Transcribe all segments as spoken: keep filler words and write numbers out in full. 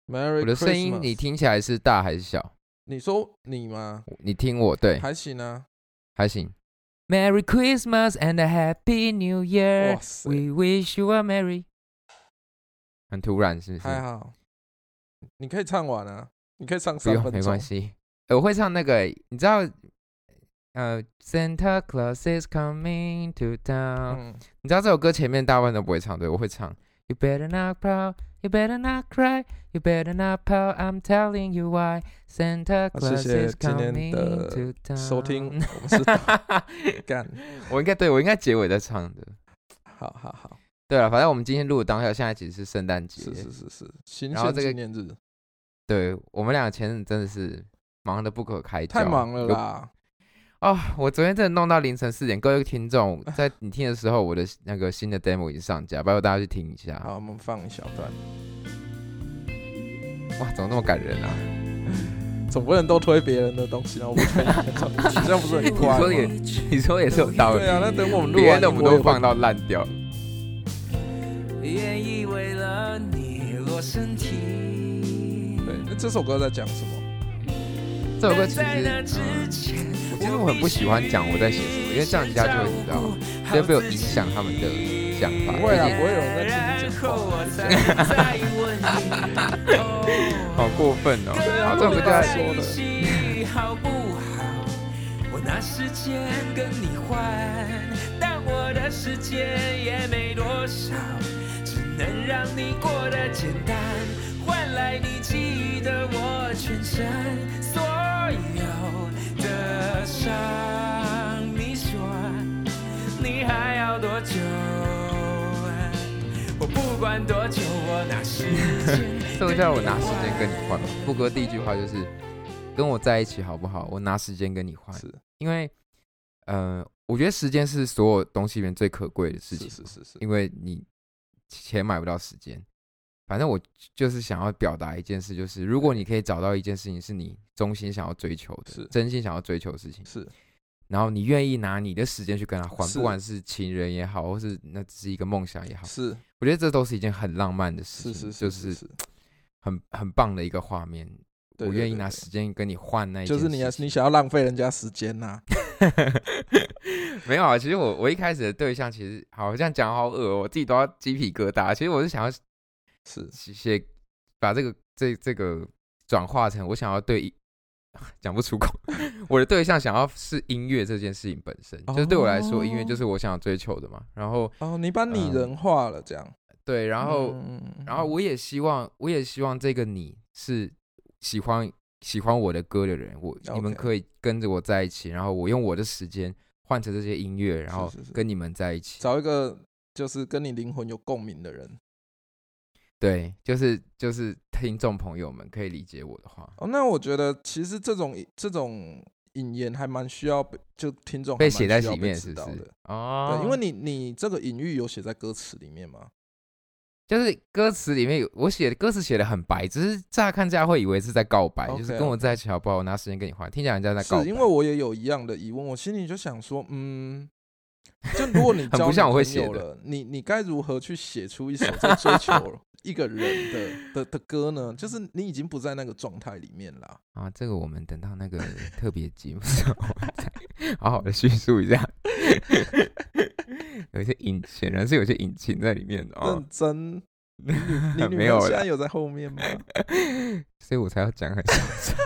Merry 我的声音 Christmas 你听起来是大还是小？ 你说你吗？ 你听我对， 还行啊， 还行。Merry Christmas and a Happy New Year. 哇塞 We wish you a merry. 很突然是不是？ 还好，你可以唱完啊，你可以唱不用， 三分钟， 没关系。我会唱那个，你知道，呃，Santa Claus is coming to town、嗯。你知道这首歌前面大部分都不会唱，对，我会唱。You better not pout, you better not cry, you better not pout. I'm telling you why. Santa Claus is coming to town。 收听，我们是干， 我应该对我应该结尾在唱的。 好好好。 对了，反正我们今天录的当下，现在其实是圣诞节， 是是是是，新鲜纪念日。 对，我们俩前阵真的是忙得不可开交， 太忙了啦！ 哦，我昨天真的弄到凌晨四点。各位听众，在你听的时候，我的那个新的 demo 已经上架，拜托大家去听一下。 好，我们放一小段。 哇，怎么那么感人啊？ 总不能都推别人的东西，然后我推你的东西，这样不是很怪吗？ 你说也，你说也是有道理。 对啊，那等我们录完， 别人的我们都放到烂掉。 愿意为了你落身体。 对，那这首歌在讲什么？ 这首歌其实，嗯，其实我很不喜欢讲我在写什么，因为这样人家就会知道，就会被我影响他们的想法。 不会啦，不会有人在听你讲话。 好过分哦！好，这首歌就在说的。 好不好？我拿时间跟你换，但我的时间也没多少，只能让你过得简单，换来你记得我全身所有的伤。你说你还要多久？我不管多久，我拿时间。 这个叫我拿时间跟你换。副歌第一句话就是跟我在一起好不好？我拿时间跟你换。因为呃，我觉得时间是所有东西里面最可贵的事情。 是是是是。因为你钱买不到时间。反正我就是想要表达一件事，就是如果你可以找到一件事情是你衷心想要追求的，真心想要追求的事情， 是， 然后你愿意拿你的时间去跟他换，不管是情人也好，或是那只是一个梦想也好， 是， 我觉得这都是一件很浪漫的事情， 是是是就是很很棒的一个画面。 对对对对， 我愿意拿时间跟你换那一件事情， 就是你你想要浪费人家时间呐、啊？ 没有啊，其实我我一开始的对象其实好像讲好恶、喔，我自己都要鸡皮疙瘩。其实我是想要。 是写把这个这这个转化成我想要对讲不出口，我的对象想要是音乐这件事情本身，哦、就是对我来说，音乐就是我想要追求的嘛。然后哦，你把拟人化了，这样、 嗯、对，然后、 嗯、 然后我也希望我也希望这个你是喜欢喜欢我的歌的人，我、okay. 你们可以跟着我在一起，然后我用我的时间换成这些音乐，然后跟你们在一起， 是是是找一个就是跟你灵魂有共鸣的人。 对，就是就是听众朋友们可以理解我的话。 哦，那我觉得其实这种这种引言还蛮需要被就听众被写在里面，是不是？ 哦，对，因为你你这个隐喻有写在歌词里面吗？ 就是歌词里面有我写的歌词写的很白，只是乍看大家会以为是在告白， okay, 就是跟我在一起好不好？我拿时间跟你换，听起来人家在告白。 是因为我也有一样的疑问，我心里就想说，嗯。就如果你交女朋友了，你你该如何去写出一首在追求一个人的的的歌呢？就是你已经不在那个状态里面啦。 啊，这个我们等到那个特别节目上，我们再好好的叙述一下。有一些隐，显然是有些隐情在里面的、哦。 认真，你你女朋友现在有在后面吗？ 所以我才要讲很小声。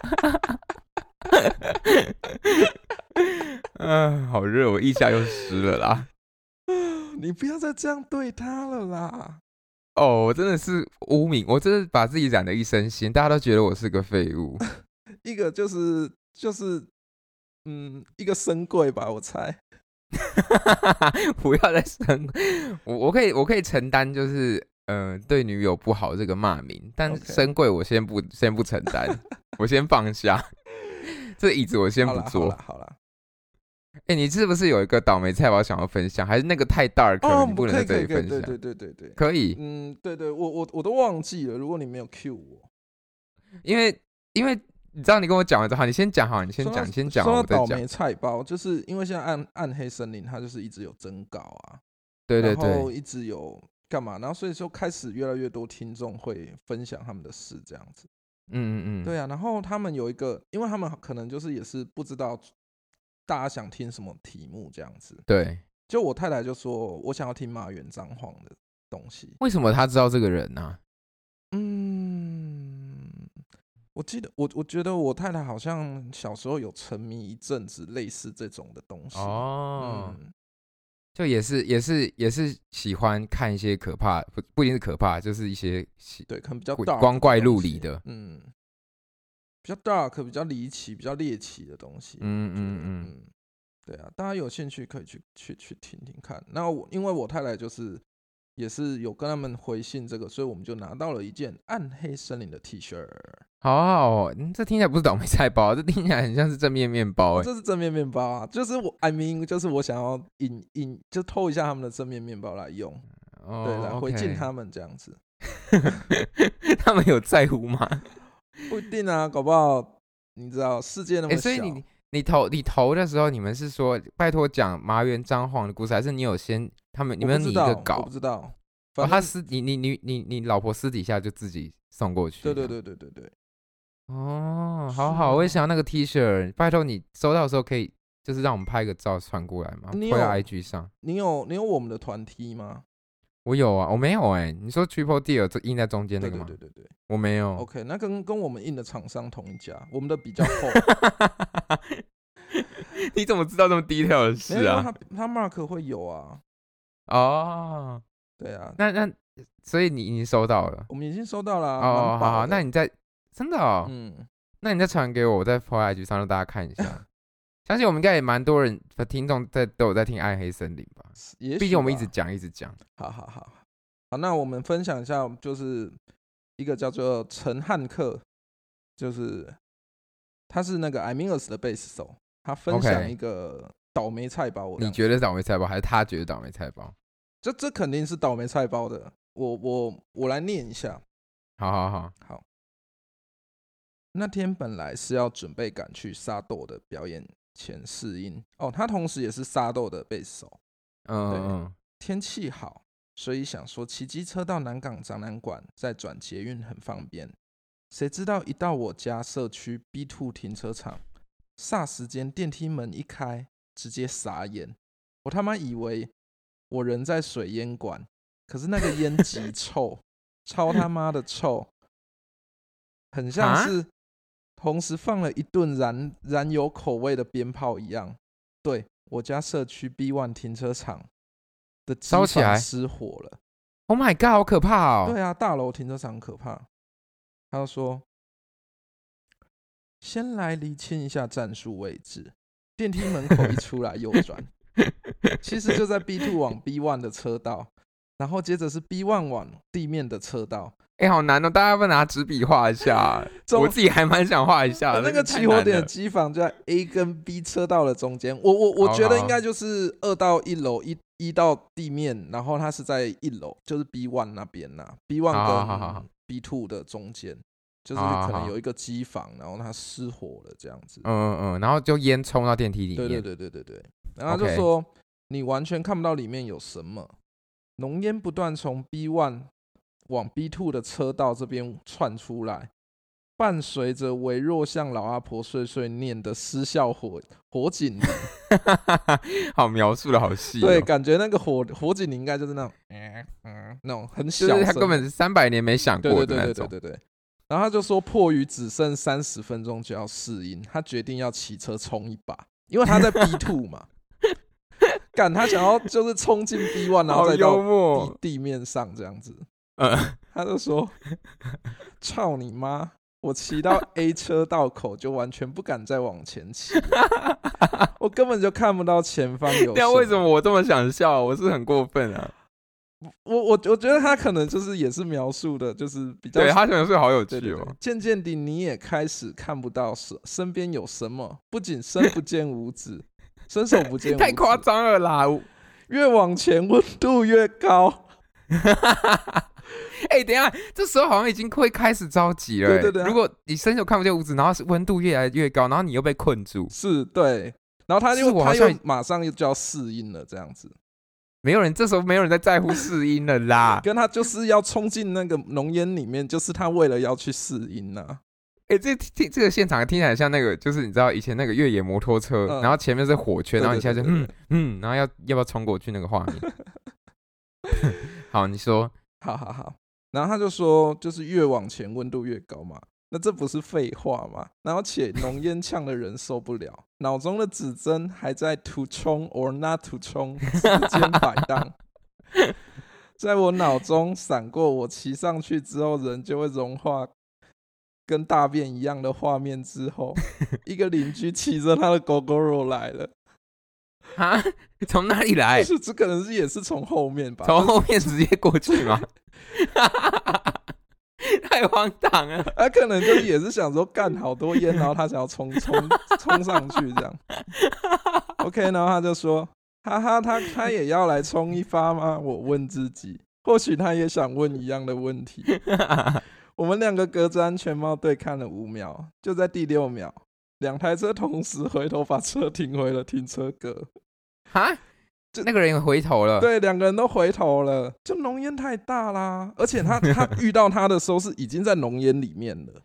啊，好热，我腋下又湿了啦！ 你不要再这样对他了啦！ 哦，我真的是污名，我真的把自己染得一身腥，大家都觉得我是个废物。 一个就是就是，嗯，一个深贵吧，我猜。 不要再深，我我可以我可以承担，就是嗯、呃，对女友不好这个骂名，但深贵我先不先不承担，我先放下。这椅子我先不坐。 好了好了。 哎、欸，你是不是有一个倒霉菜包想要分享？还是那个太 dark 了、哦、你不能在这里分享？ 对对对对对， 可以。 嗯，对对，我我我都忘记了。如果你没有 cue 我， 因为因为你知道，你跟我讲完之后，你先讲好，你先讲，你先讲，我再讲。 说到倒霉菜包，就是因为现在暗暗黑森林它就是一直有征稿啊， 对对对， 然后一直有干嘛，然后所以说开始越来越多听众会分享他们的事这样子。 嗯嗯嗯， 对啊，然后他们有一个，因为他们可能就是也是不知道大家想听什么题目这样子。 对， 就我太太就说我想要听马原彰晃的东西。 为什么他知道这个人呢、啊？ 嗯，我记得我我觉得我太太好像小时候有沉迷一阵子类似这种的东西。 哦， 嗯， 就也是也是也是喜欢看一些可怕，不不一定是可怕，就是一些对，可能比较 dark 光怪陆离的， 嗯，比较 dark、比较离奇、比较猎奇的东西。 嗯嗯嗯嗯，对啊，大家有兴趣可以去去去听听看。那我因为我太太就是也是有跟他们回信这个，所以我们就拿到了一件暗黑森林的 T 恤。 好好哦，嗯，这听起来不是倒霉菜包，这听起来很像是正面面包哎、 哦，这是正面面包啊，就是我 I mean 就是我想要引引就偷一下他们的正面面包来用， 哦、 对，来回敬 OK 他们这样子。 他们有在乎吗？ 不一定啊，搞不好你知道世界那么小。 欸、所以你你投你投的时候，你们是说拜托讲麻原彰晃的故事，还是你有先他们你们拟一个稿？ 我不知道。 哦，他私你你你你你老婆私底下就自己送过去。 对对对对对对。 哦，好好，我也想要那个 T 恤，拜托你收到的时候可以就是让我们拍个照传过来吗？ 你有 I G 上。 你有你有我们的团 T 吗？ 我有啊，我没有哎、欸。你说 Triple Deal 这印在中间那个吗？ 对对对对对， 我没有。 OK， 那跟跟我们印的厂商同一家，我们的比较厚。 你怎么知道这么detail的事啊？ 他他 Mark 会有啊。 哦， 对啊。 那那所以你已经收到了？ 我们已经收到了、啊。 哦，好好，那你再真的哦，嗯，那你再传给我，我再 po I G 上让大家看一下。相信我们应该也蛮多人的听众在都有在听《暗黑森林》吧？毕竟我们一直讲一直讲。 好好好好，那我们分享一下，就是一个叫做陈汉克，就是他是那个 I Minus 的贝斯手，他分享一个倒霉菜包。 你觉得倒霉菜包，还是他觉得倒霉菜包？ 这这肯定是倒霉菜包的。我我我来念一下。 好好好好。那天本来是要准备赶去沙豆的表演前试音哦，他同时也是沙豆的贝斯手。 嗯嗯， 天气好，所以想说骑机车到南港展览馆，再转捷运很方便。谁知道一到我家社区 B 二 停车场，霎时间电梯门一开，直接傻眼。我他妈以为我人在水烟馆，可是那个烟极臭，超他妈的臭，很像是同时放了一顿燃燃油口味的鞭炮一样。对，我家社区 B 一 停车场的机房失火了。 Oh my god， 好可怕哦！ 对啊，大楼停车场很可怕。他就说，先来厘清一下战术位置。电梯门口一出来右转，其实就在 B 二 往 B 一 的车道，然后接着是 B 一 往地面的车道。 哎、欸，好难哦！大家要不要拿纸笔画一下？我自己还蛮想画一下的。 那个起火点的机房就在 A 跟 B 车道的中间。我我我觉得应该就是二到一楼，一一到地面，然后它是在一楼，就是 B 一 那边呐、啊、，B 一 跟 B 二 的中间，就是可能有一个机房，然后它失火了这样子。 嗯嗯嗯，然后就烟冲到电梯里面。 对对对对对对。然后就说、okay. 你完全看不到里面有什么，浓烟不断从 B 一往 B 二 的车道这边窜出来，伴随着微弱像老阿婆碎碎念的失效火火警铃。 好描述的好细、哦。 对，感觉那个火火警铃应该就是那种，嗯嗯，那种很小声， 就是他根本是三百年没想过的那种。 对对对对对对。然后他就说，迫于只剩三十分钟就要试音，他决定要骑车冲一把，因为他在 B 二 嘛。干，他想要就是冲进 B 一，然后再到 地, 地面上这样子。 呃， 他就说：“操你妈！我骑到 A 车道口就完全不敢再往前骑，我根本就看不到前方有什么。” 那为什么我这么想笑？我是很过分啊！ 我我我觉得他可能就是也是描述的，就是比较对他描述好有趣哦。 渐渐地，你也开始看不到身边有什么，不仅深不见五指，伸手不见五指， 太夸张了啦！ 越往前温度越高。 哎、欸，等一下，这时候好像已经会开始着急了、欸。 对对对、啊， 如果你伸手看不见五指，然后温度越来越高，然后你又被困住， 是对，然后他又他又马上就要适应了，这样子。 没有人这时候没有人在在乎试音了啦。 跟他就是要冲进那个浓烟里面，就是他为了要去试音啊。 哎、欸，这听这个现场听起来像那个，就是你知道以前那个越野摩托车，嗯、然后前面是火圈，然后你现在就嗯嗯，然后要要不要冲过去那个画面？好，你说， 好好好。然后他就说，就是越往前温度越高嘛，那这不是废话吗？然后且浓烟呛的人受不了，脑中的指针还在 to 冲 or not to 冲之间摆荡。在我脑中闪过，我骑上去之后人就会融化。跟大便一样的画面之后，一个邻居骑着他的狗狗肉来了。 啊？从哪里来？ 就是这可能是也是从后面吧？ 从后面直接过去吗？太荒唐了！ 他可能就是也是想说干好多烟，然后他想要冲冲冲上去这样。OK， 然后他就说：“哈哈，他他也要来冲一发吗？”我问自己，或许他也想问一样的问题。我们两个隔着安全帽对看了五秒，就在第六秒，两台车同时回头把车停回了停车格。 哈，就那个人也回头了。 对，两个人都回头了。就浓烟太大啦，而且他他遇到他的时候是已经在浓烟里面了。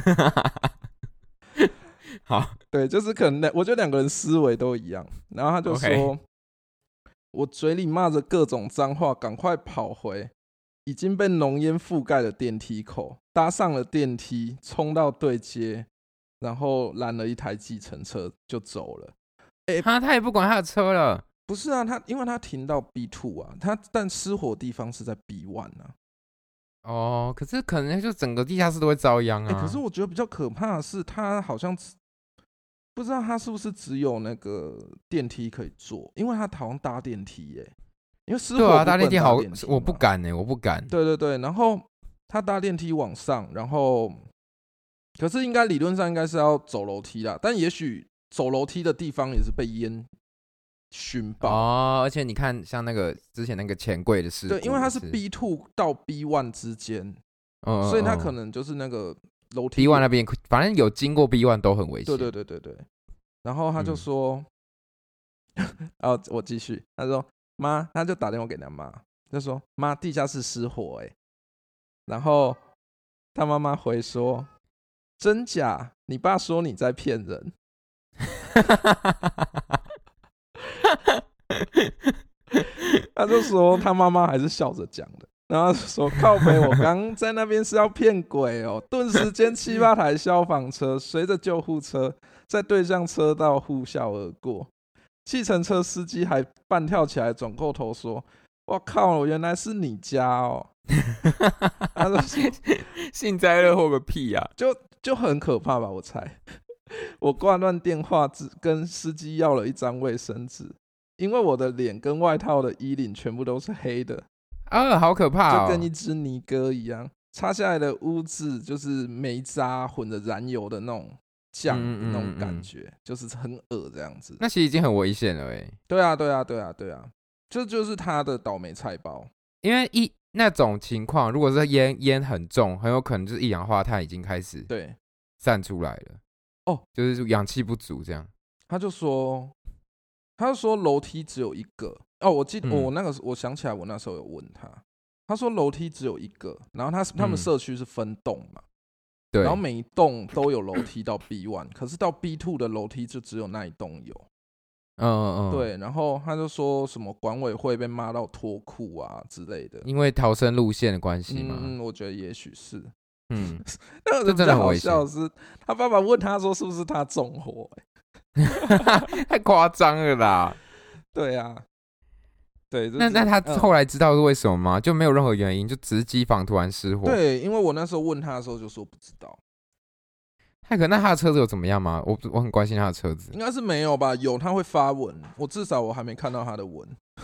好， 对，就是可能我觉得两个人思维都一样。然后他就说， okay. 我嘴里骂着各种脏话，赶快跑回已经被浓烟覆盖的电梯口，搭上了电梯，冲到对街，然后拦了一台计程车就走了。 欸、他他也不管他的车了。 不是啊，他因为他停到 B 二 啊，他但失火地方是在 B 一 啊。 哦，可是可能就整个地下室都会遭殃啊、 欸。可是我觉得比较可怕的是，他好像不知道他是不是只有那个电梯可以坐，因为他好像搭电梯耶、欸。因为失火对啊，搭电梯好，我不敢哎、欸，我不敢。 对对对，然后他搭电梯往上，然后可是应该理论上应该是要走楼梯啦，但也许走楼梯的地方也是被烟熏爆哦。而且你看，像那个之前那个钱柜的事故， 对，因为它是 B 二 到 B 一 之间，嗯、所以他可能就是那个楼梯 B 一 那边，反正有经过 B 一 都很危险。 对对对对对。然后他就说，嗯、哦，我继续，他说。妈，他就打电话给他妈，就说：“妈，地下室失火、欸，然后他妈妈回说：“真假？你爸说你在骗人。”他就说他妈妈还是笑着讲的，然后说：“靠北，我刚在那边是要骗鬼哦！”顿时间，七八台消防车随着救护车在对向车道呼啸而过。计程车司机还半跳起来转过头说：“我靠，原来是你家哦！”他就说：“ 幸灾乐祸个屁啊！” 就就很可怕吧？我猜。我挂断电话，跟司机要了一张卫生纸，因为我的脸跟外套的衣领全部都是黑的啊，好可怕、哦！ 就跟一只尼哥一样。擦下来的污渍就是煤渣混着燃油的那种。酱那种感觉、嗯嗯嗯、就是很恶这样子， 那其实已经很危险了哎。 对啊，对啊，对啊，对啊，这就是他的倒霉菜包。 因为一那种情况，如果是烟烟很重，很有可能就是一氧化碳已经开始对散出来了。哦，就是氧气不足这样。 他就说，他就说楼梯只有一个。哦，我记得、嗯、我那个我想起来，我那时候有问他，他说楼梯只有一个，然后他他们社区是分栋嘛。嗯对， 然后每一栋都有楼梯到 B 一， 可是到 B 二 的楼梯就只有那一栋有。 嗯嗯嗯。 对，然后他就说什么管委会被骂到脱裤啊之类的， 因为逃生路线的关系嘛。 嗯，我觉得也许是。 嗯， 那个比较好笑的是，他爸爸问他说是不是他纵火、欸， 太夸张了啦。 对啊。对， 那那他后来知道是为什么吗？嗯、就没有任何原因，就只是机房突然失火。 对，因为我那时候问他的时候就说不知道。 太可，那他的车子有怎么样吗？我我很关心他的车子。 应该是没有吧？有他会发文，我至少我还没看到他的文。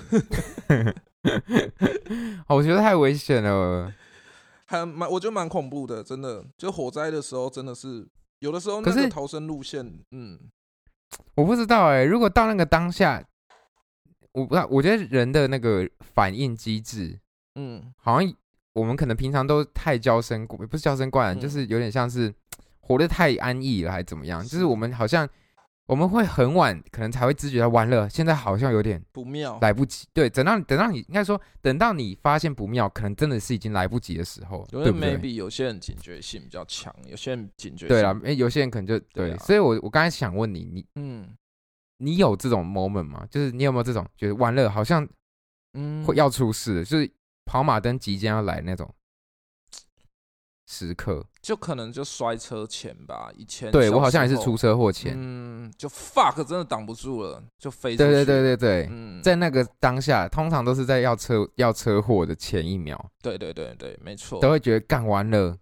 我觉得太危险了， 还蛮我觉得蛮恐怖的，真的。就火灾的时候，真的是有的时候那个逃生路线，嗯， 我不知道哎、欸。如果到那个当下。我不知道，我觉得人的那个反应机制，嗯，好像我们可能平常都太娇生，不是娇生惯养、嗯，就是有点像是活得太安逸了，还怎么样？就是我们好像我们会很晚可能才会知觉到完了，现在好像有点不妙， 来不及。对，等到等到你应该说等到你发现不妙，可能真的是已经来不及的时候，对不对 ？maybe 有些人警觉性比较强，有些人警觉性对啦，有些人可能就 对, 对、啊，所以我我刚才想问你，你嗯，你有这种 moment 吗？就是你有没有这种觉得完了好像嗯会要出事了，就是跑马灯即将要来那种时刻？ 就可能就摔车前吧，以前对我好像也是出车祸前， 嗯，就 fuck 真的挡不住了，就飞出去。 对对对对对，嗯，在那个当下，通常都是在要车要车祸的前一秒。 对对对对，没错， 都会觉得干完了。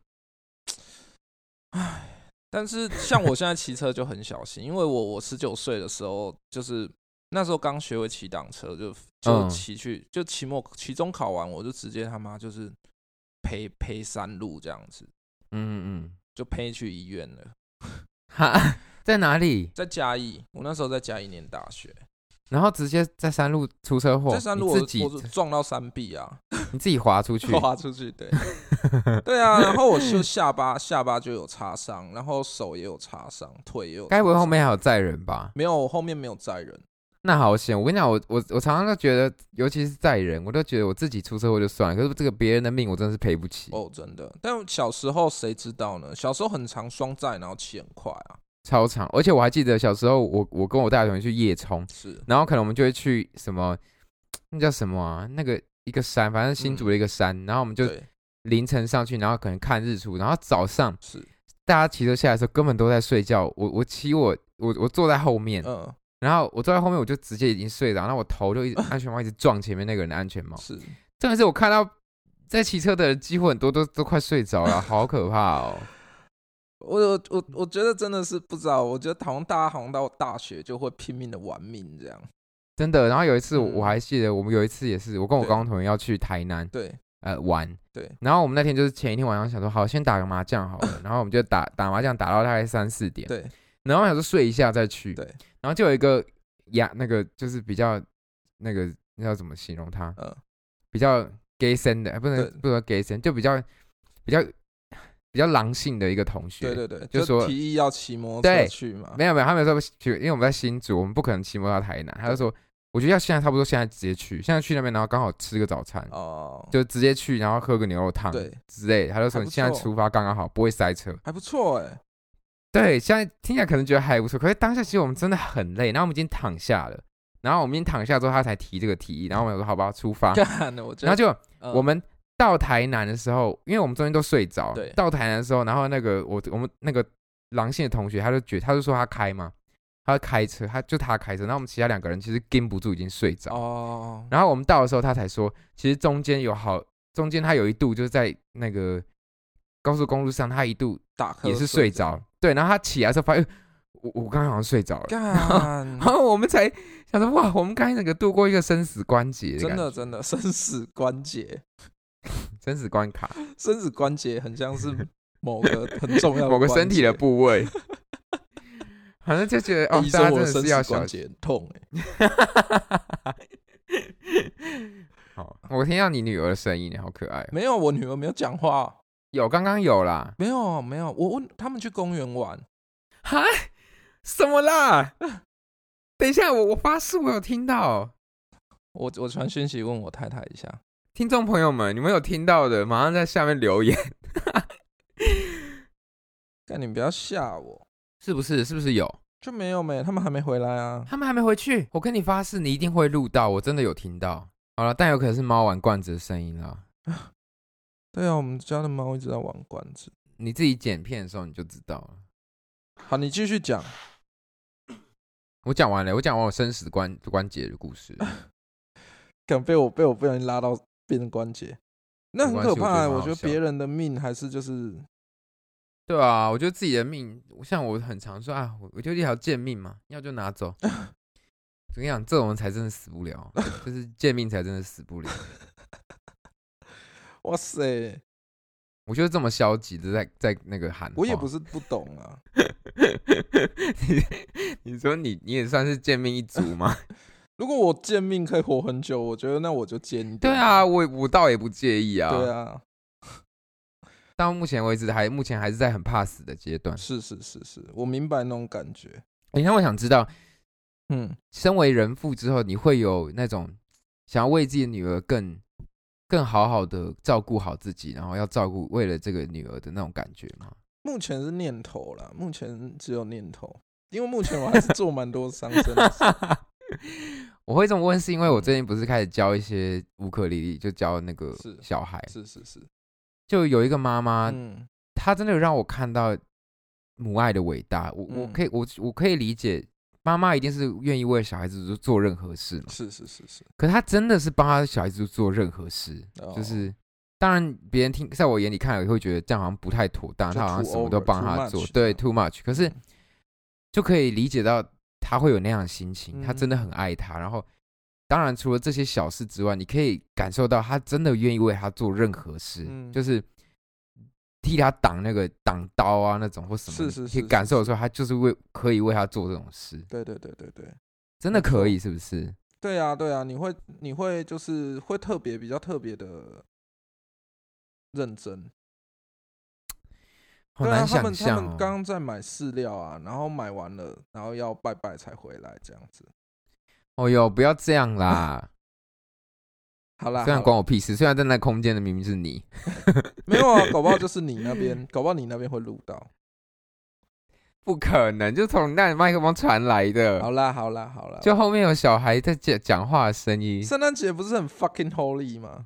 唉，但是像我现在骑车就很小心，因为我我十九岁的时候，就是那时候刚学会骑挡车，就就骑去、嗯、就期末期中考完，我就直接他妈就是陪陪山路这样子。嗯嗯，就陪去医院了。 哈，在哪里？ 在嘉义，我那时候在嘉义念大学。 然后直接在山路出车祸， 在山路我自己我撞到山壁啊！ 你自己滑出去， 滑出去，对，对啊。然后我就下巴下巴就有擦伤，然后手也有擦伤，腿也有擦伤。 该不会后面还有载人吧？ 没有，我后面没有载人。 那好险！我跟你讲，我我我常常都觉得，尤其是载人，我都觉得我自己出车祸就算了，可是这个别人的命，我真的是赔不起。 哦，真的。但小时候谁知道呢？小时候很常双载，然后骑很快啊。 超长，而且我还记得小时候我，我我跟我大学同学去夜冲， 是， 然后可能我们就会去什么，那叫什么啊？那个一个山，反正新竹的一个山，嗯、然后我们就凌晨上去，然后可能看日出，然后早上是大家骑车下来的时候根本都在睡觉，我我骑我我我坐在后面，嗯，然后我坐在后面我就直接已经睡着，然后我头就一直安全帽一直撞前面那个人的安全帽， 是， 真的是我看到在骑车的人几乎很多都都快睡着了，好可怕哦。 我我我觉得真的是不知道，我觉得好像大家好像到大学就会拼命的玩命这样， 真的。然后有一次我还记得，我们有一次也是，我跟我高中同学要去台南， 对， 呃玩， 对。 然后我们那天就是前一天晚上想说，好，先打个麻将好了，然后我们就打打麻将打到大概三四点， 对。 然后我想说睡一下再去， 对。 然后就有一个呀，那个就是比较那个那要怎么形容他？嗯，比较 gay 森的，不能不能 gay 森，就比较比较。比较狼性的一个同学， 对对对， 就说就提议要骑摩托车去嘛。 没有没有，他们说因为我们在新竹，我们不可能骑摩托到台南。他就说，我觉得要现在差不多现在直接去，现在去那边，然后刚好吃个早餐，哦，就直接去，然后喝个牛肉汤，对之类的。他就说，你现在出发刚刚好，不会塞车， 还不错哎、欸。 对，现在听起来可能觉得还不错，可是当下其实我们真的很累，然后我们已经躺下了，然后我们已经躺下之后，他才提这个提议，然后我们说好吧，出发。然后就、嗯、我们。到台南的时候，因为我们中间都睡着，到台南的时候，然后那个我我们那个狼性的同学，他就觉得他就说他开嘛，他开车，他就他开车，然后我们其他两个人其实跟不住，已经睡着。哦。然后我们到的时候，他才说，其实中间有好，中间他有一度就是在那个高速公路上，他一度也是睡着。对，然后他起来的时候发现，我我刚刚好像睡着了，然后我们才想说，哇，我们刚才那个度过一个生死关节， 真的真的生死关节。 生死关卡， 生死关节很像是某个很重要的某个身体的部位，反正就觉得哦，大家真的是要小心， 很痛哎、 欸。好，我听到你女儿的声音，好可爱、喔。 没有，我女儿没有讲话。 有，刚刚有啦。 没有，没有。我问他们去公园玩。 哈？什么啦？等一下，我我发誓我有听到。 我我传讯息问我太太一下。 听众朋友们，你们有听到的，马上在下面留言。 但你不要吓我， 是不是？是不是有？ 就没有没，他们还没回来啊。 他们还没回去。我跟你发誓，你一定会录到，我真的有听到。好了，但有可能是猫玩罐子的声音啦。 对啊，我们家的猫一直在玩罐子。 你自己剪片的时候你就知道了。 好，你继续讲。 我讲完了，我讲完我生死关关节的故事。 敢被我被我不小心拉到。变成关节，那很可怕、欸。我觉得别人的命还是就是， 对啊，我觉得自己的命，像我很常说啊，我就一条贱命嘛，要就拿走。我跟你讲，这种人才真的死不了，就是贱命才真的死不了。 哇塞， 我觉得这么消极的在在那个喊话， 我也不是不懂啊。 你, 你说你你也算是贱命一族吗？ 如果我贱命可以活很久，我觉得那我就贱一点。 对啊，我我倒也不介意啊。 对啊， 到目前为止还目前还是在很怕死的阶段。 是是是是，我明白那种感觉。 欸，那我想知道， 嗯， 身为人父之后，你会有那种想要为自己的女儿更更好好的照顾好自己，然后要照顾为了这个女儿的那种感觉吗？ 目前是念头啦，目前只有念头，因为目前我还是做蛮多伤身的事。 我会这么问，是因为我最近不是开始教一些乌克丽丽，就教那个小孩， 是是是， 就有一个妈妈， 嗯， 她真的让我看到母爱的伟大。我、嗯、我可以我我可以理解，妈妈一定是愿意为小孩子做任何事嘛， 是是是是。 可是她真的是帮她小孩子做任何事，哦、就是当然别人听在我眼里看了也会觉得这样好像不太妥当，她好像什么都帮她做，对 ，too much。可是就可以理解到她会有那样的心情，她真的很爱她，然后。当然，除了这些小事之外，你可以感受到他真的愿意为他做任何事，嗯、就是替他挡那个挡刀啊那种或什么， 是是是， 可以感受出他就是为可以为他做这种事。 对对对对对， 真的可以，是不是？ 对啊对啊，你会你会就是会特别比较特别的认真。 好难想象、哦。 他们他们刚刚在买饲料啊，然后买完了，然后要拜拜才回来这样子。 哦哟，不要这样啦！ 好啦， 虽然关我屁事，虽然在那空间的明明是你， 没有啊，搞不好就是你那边，搞不好你那边会录到， 不可能，就从那麦克风传来的。 好啦，好啦，好啦， 就后面有小孩在讲讲话的声音。 圣诞节不是很 fucking holy 吗？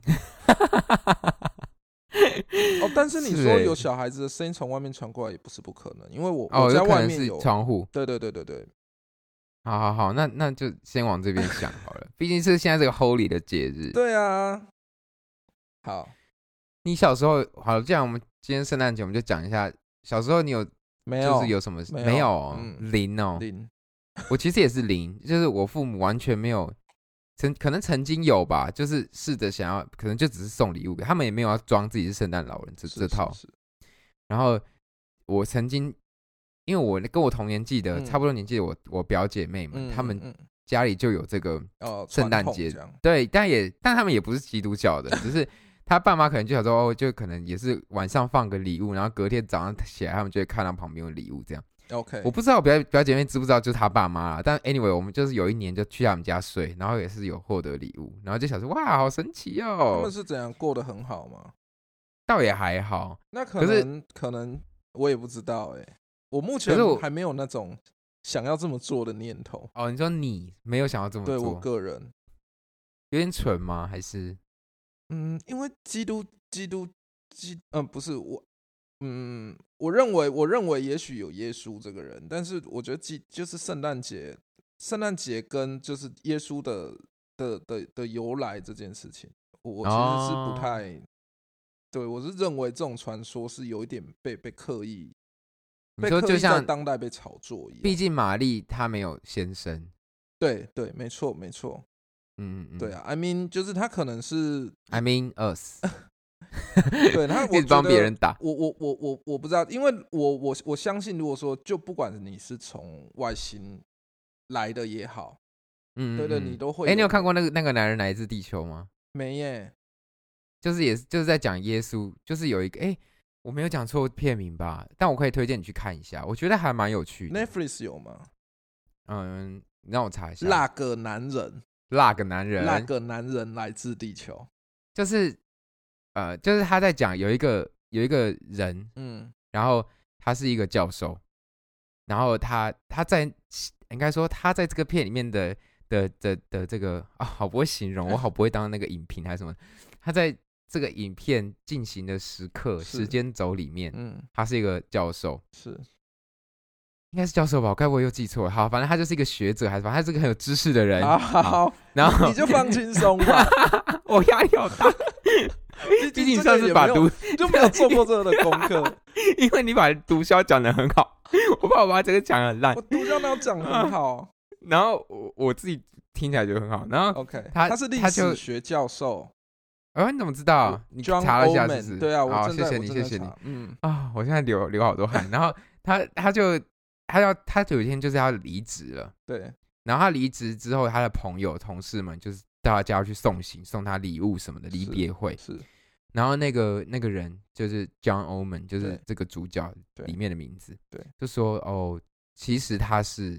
哦，但是你说有小孩子的声音从外面传过来也不是不可能，因为我、 哦、 我在外面有窗户。 对对对对对。 好好好，那那就先往这边想好了，毕竟是现在这个 Holy 的节日。 对啊，好， 你小时候好，这样我们今天圣诞节我们就讲一下，小时候你有没有就是有什么没有, 没有、哦嗯、 零哦零， 我其实也是零，就是我父母完全没有，曾可能曾经有吧，就是试着想要，可能就只是送礼物给他们，也没有要装自己是圣诞老人这这套。 是是是， 然后我曾经。因为我跟我同年纪的、嗯、差不多年纪的我我表姐妹们，他、嗯、们家里就有这个圣诞节、哦，对，但也但他们也不是基督教的，只是他爸妈可能就想说，哦，就可能也是晚上放个礼物，然后隔天早上起来，他们就会看到旁边有礼物这样。 OK， 我不知道我表表姐妹知不知道，就是他爸妈啦。但 anyway， 我们就是有一年就去他们家睡，然后也是有获得礼物，然后就想说，哇，好神奇哦！ 他们是怎样过得很好吗？ 倒也还好， 那可能可, 可能我也不知道哎、欸。我目前还没有那种想要这么做的念头。 哦，你说你没有想要这么做？ 对我个人有点蠢吗？还是嗯，因为基督基督基嗯、呃、不是我嗯，我认为我认为也许有耶稣这个人，但是我觉得基就是圣诞节，圣诞节跟就是耶稣的的的的由来这件事情，我我其实是不太、哦、对我是认为这种传说是有一点被被刻意。 你说就像当代被炒作一样， 毕竟玛丽她没有先生。 对对，没错没错。 嗯嗯， 对啊 ，I mean 就是他可能是 I mean us 对他， 一直帮别人打。 我我我我我不知道，因为我我我相信，如果说就不管你是从外星来的也好，嗯，对对，你都会。 哎、欸，你有看过那个那个男人来自地球吗？ 没耶， 就是也是就是在讲耶稣，就是有一个哎。欸我没有讲错片名吧？但我可以推荐你去看一下，我觉得还蛮有趣的。 Netflix 有吗？ 嗯，你让我查一下。 那个男人， 那个男人， 那个男人来自地球， 就是呃，就是他在讲有一个有一个人，嗯，然后他是一个教授，然后他他在应该说他在这个片里面的的的的这个啊，好不会形容，我好不会当那个影评还是什么，他在。这个影片进行的时刻时间轴里面，嗯，他是一个教授， 是应该是教授吧？我该不会又记错了？好，反正他就是一个学者，还是反正他是个很有知识的人。 好，好好然后你就放轻松吧。 我压力好大，毕竟上次把毒就没有做过这个的功课， 因为你把毒枭讲得很好，我怕我把这个讲得很烂。 我毒枭哪有讲得很好？ 然后我我自己听起来就很好。然后 OK， 他他是历史学教授。 哦，你怎么知道？你查了一下是不是？ 对啊，我好，谢谢你，谢谢你。嗯啊，我现在流流好多汗。然后他他就他要他有一天就是要离职了， 对。 然后他离职之后，他的朋友同事们就是到他家去送行，送他礼物什么的，离别会是。 然后那个那个人就是 John Oman， 就是这个主角里面的名字， 对， 就说哦，其实他是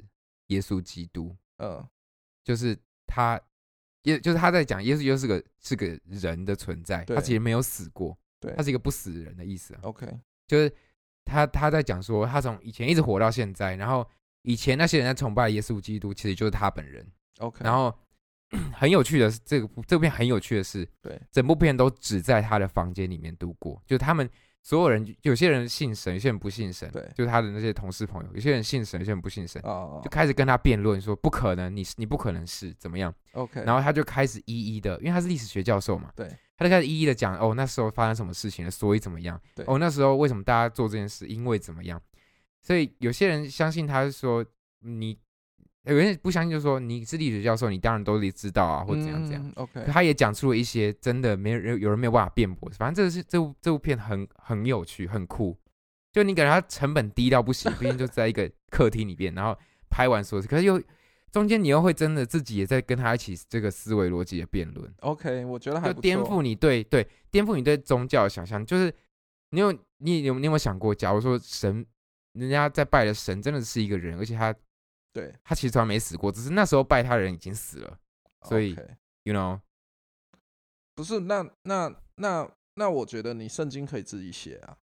耶稣基督， 嗯， 就是他，也就是他在讲耶稣就是个是个人的存在，他其实没有死过， 对， 他是一个不死人的意思、啊。 OK， 就是他他在讲说，他从以前一直活到现在，然后以前那些人在崇拜耶稣基督，其实就是他本人。 OK， 然后很有趣的是，这个这部片很有趣的是， 对， 整部片都只在他的房间里面度过，就他们所有人，有些人信神，有些人不信神， 对， 就是他的那些同事朋友，有些人信神，有些人不信神， 哦， 就开始跟他辩论说不可能，你你不可能是怎么样 ，OK， 然后他就开始一一的，因为他是历史学教授嘛， 对， 他就开始一一的讲，哦，那时候发生什么事情了，所以怎么样， 对， 哦，那时候为什么大家做这件事，因为怎么样，所以有些人相信他是说你。有人不相信，就说你是历史教授，你当然都知道啊，或怎样怎样。 嗯、OK， 可他也讲出了一些真的没人有人没有办法辩驳。反正这是这部这部片很很有趣，很酷。就你感觉它成本低到不行，毕竟就在一个客厅里面，然后拍完所有事，可是又中间你又会真的自己也在跟他一起这个思维逻辑的辩论。 OK， 我觉得还不错， 就颠覆你对对颠覆你对宗教的想象。就是你有你有你有没有想过，假如说神人家在拜的神真的是一个人，而且他。 对， 他其实从来没死过，只是那时候拜他的人已经死了，所以 okay. you know， 不是那那那那，我觉得你圣经可以自己写啊。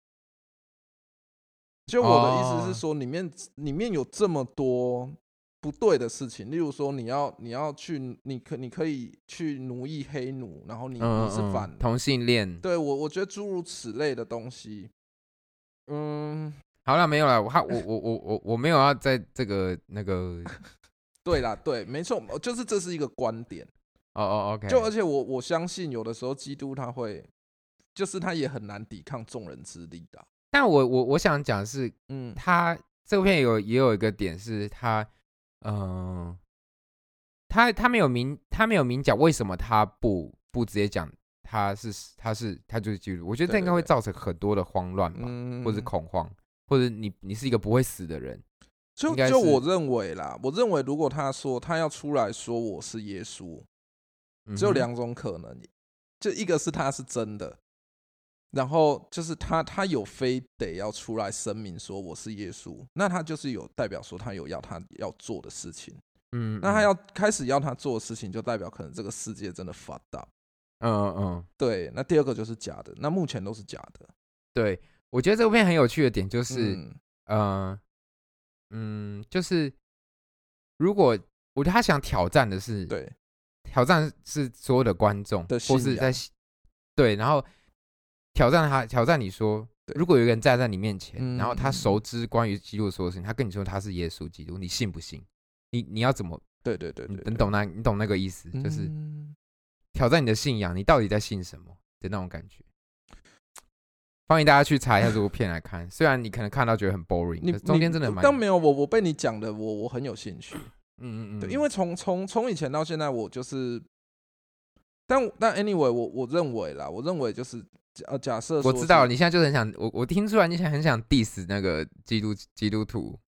就我的意思是说，里面、oh. 里面有这么多不对的事情，例如说你要你要去，你可你可以去奴役黑奴，然后你、嗯、你是反同性恋， 对我我觉得诸如此类的东西，嗯。 好了，没有了，我我我我我我没有要在这个那个， 对啦，对，没错，就是这是一个观点。 哦哦 ，OK。 就而且我我相信，有的时候基督他会，就是他也很难抵抗众人之力的。 但我我我想讲的是， 嗯， 他这部片有也有一个点是他，嗯、呃，他他没有明他没有明讲为什么他不不直接讲他是他是他就是基督，我觉得这应该会造成很多的慌乱吧， 嗯、 或者恐慌。或者你你是一个不会死的人， 就就我认为啦，我认为如果他说他要出来说我是耶稣，只有两种可能，就一个是他是真的，然后就是他他有非得要出来声明说我是耶稣，那他就是有代表说他有要他要做的事情，嗯，那他要开始要他做的事情，就代表可能这个世界真的 fucked up， 嗯嗯嗯， 对，那第二个就是假的，那目前都是假的， 对。我觉得这部片很有趣的点就是， 嗯， 呃，嗯，就是如果我觉得他想挑战的是， 对， 挑战是所有的观众的或是在对，然后挑战他，挑战你说，如果有一个人站在你面前，嗯、然后他熟知关于基督的所有事情，他跟你说他是耶稣基督，你信不信？你你要怎么？ 对对 对, 对, 对， 你懂那，你懂那个意思， 嗯、 就是挑战你的信仰，你到底在信什么的那种感觉。欢迎大家去查一下这部片来看，虽然你可能看到觉得很 boring， 可是中间真的蛮…… 但没有我，我被你讲的，我我很有兴趣。 嗯嗯嗯， 对，因为从从从以前到现在，我就是，但但 anyway， 我我认为啦，我认为就是呃，假设我知道你现在就很想，我我听出来你现在很想 diss 那个基督基督徒，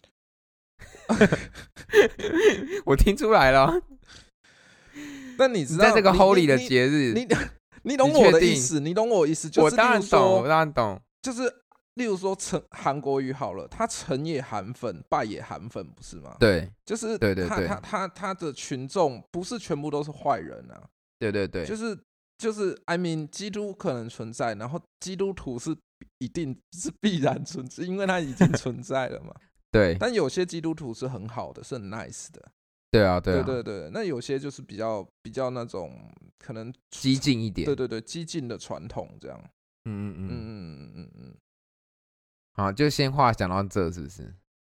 我听出来了。 但你知道， 在这个 Holy 的节日， 你。你你你懂我的意思，你懂我的意思，就是我当然懂，我当然懂。 就是例如说，成韩国瑜好了，他成也韩粉，败也韩粉，不是吗？ 对， 就是对对对， 他他他他的群众不是全部都是坏人啊。 对对对， 就是就是 ，I mean， 基督可能存在，然后基督徒是一定是必然存在，因为他已经存在了嘛。 对， 但有些基督徒是很好的，是很 nice 的。 对啊，对啊，对对对，那有些就是比较比较那种可能激进一点， 对对对，激进的传统这样， 嗯嗯嗯嗯嗯嗯嗯， 好，就先话讲到这，是不是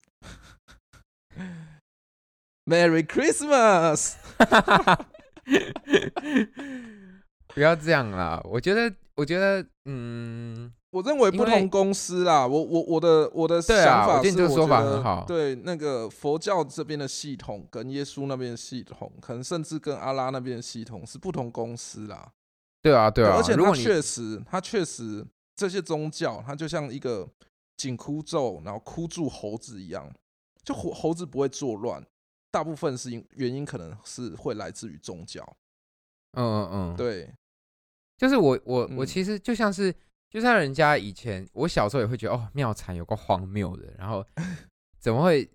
？Merry Christmas， 不要这样啦，我觉得，我觉得，嗯。 我认为不同公司啦，我我我的我的想法是， 我觉得这个说法很好。 对，那个佛教这边的系统跟耶稣那边的系统，可能甚至跟阿拉那边的系统是不同公司啦。 对啊，对啊， 而且它确实，它确实这些宗教，它就像一个紧箍咒，然后箍住猴子一样，就猴猴子不会作乱，大部分是因原因可能是会来自于宗教。 嗯嗯嗯， 对， 就是我我我其实就像是。就像人家以前，我小时候也会觉得哦，庙产有个荒谬的，然后怎么会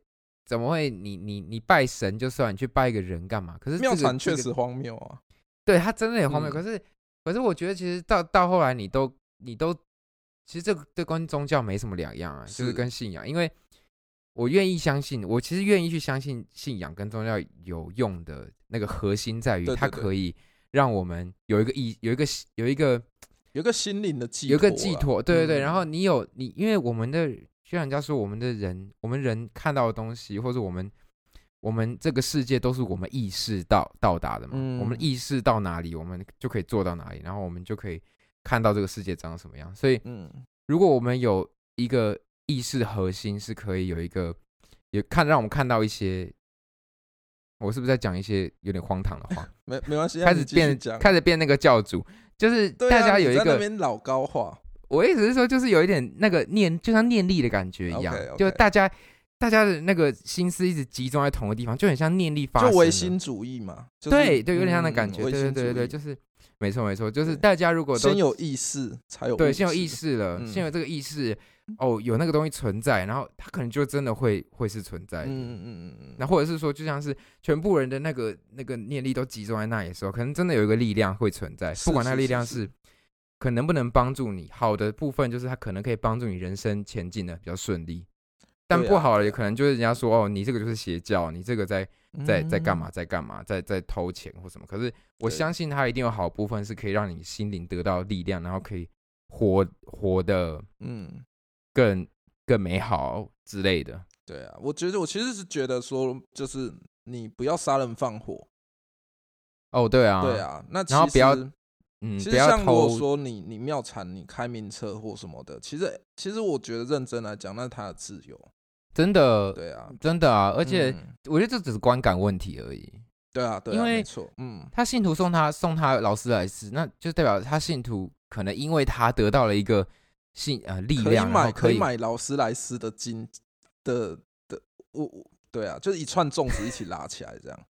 怎么会你你你拜神就算，你去拜一个人干嘛？可是、这个、 庙产确实荒谬啊， 对他真的也荒谬、嗯。可是可是我觉得其实到到后来你都你都其实这个这跟宗教没什么两样啊，就是跟信仰，因为我愿意相信，我其实愿意去相信信仰跟宗教有用的那个核心在于它可以让我们有一个意有一个有一个有一个心灵的寄托， 有一个寄托，对对对、嗯。然后你有你，因为我们的就像人家说，我们的人，我们人看到的东西，或者我们我们这个世界都是我们意识到到达的嘛、嗯。我们意识到哪里，我们就可以做到哪里，然后我们就可以看到这个世界长什么样。所以，嗯，如果我们有一个意识核心，是可以有一个也看让我们看到一些。我是不是在讲一些有点荒唐的话？ 没没关系， 开始变开始变那个教主，就是大家有一个、 啊、在那边老高话。 我意思是说，就是有一点那个念，就像念力的感觉一样， okay, okay. 就大家大家的那个心思一直集中在同一个地方，就很像念力发生， 就唯心主义嘛。就是、 对对，有点像那感觉。嗯、对对对对对，就是没错没错，就是大家如果都先有意识才有对，先有意识了，嗯、先有这个意识。哦，有那个东西存在，然后它可能就真的会会是存在的。嗯嗯嗯嗯。那或者是说，就像是全部人的那个那个念力都集中在那里的时候，可能真的有一个力量会存在，不管那个力量是可能不能帮助你。好的部分就是它可能可以帮助你人生前进的比较顺利，但不好的也可能就是人家说、啊、哦，你这个就是邪教，你这个在在在干嘛，在干嘛，在在偷钱或什么。可是我相信它一定有好部分是可以让你心灵得到力量，然后可以活活的嗯。更更美好之类的。 对啊，我觉得我其实是觉得说，就是你不要杀人放火。 哦，对啊， 对啊，那其实然后不要，嗯， 其实像如果说你你庙产你开名车或什么的，其实其实我觉得认真来讲，那是他的自由。 真的， 对啊， 真的啊，而且我觉得这只是观感问题而已。 对啊，对啊， 因为没错，嗯， 他信徒送他送他劳斯莱斯，那就代表他信徒可能因为他得到了一个。信呃力量， 可以买可以买劳斯莱斯的金的的，我对啊，就是一串粽子一起拉起来这样。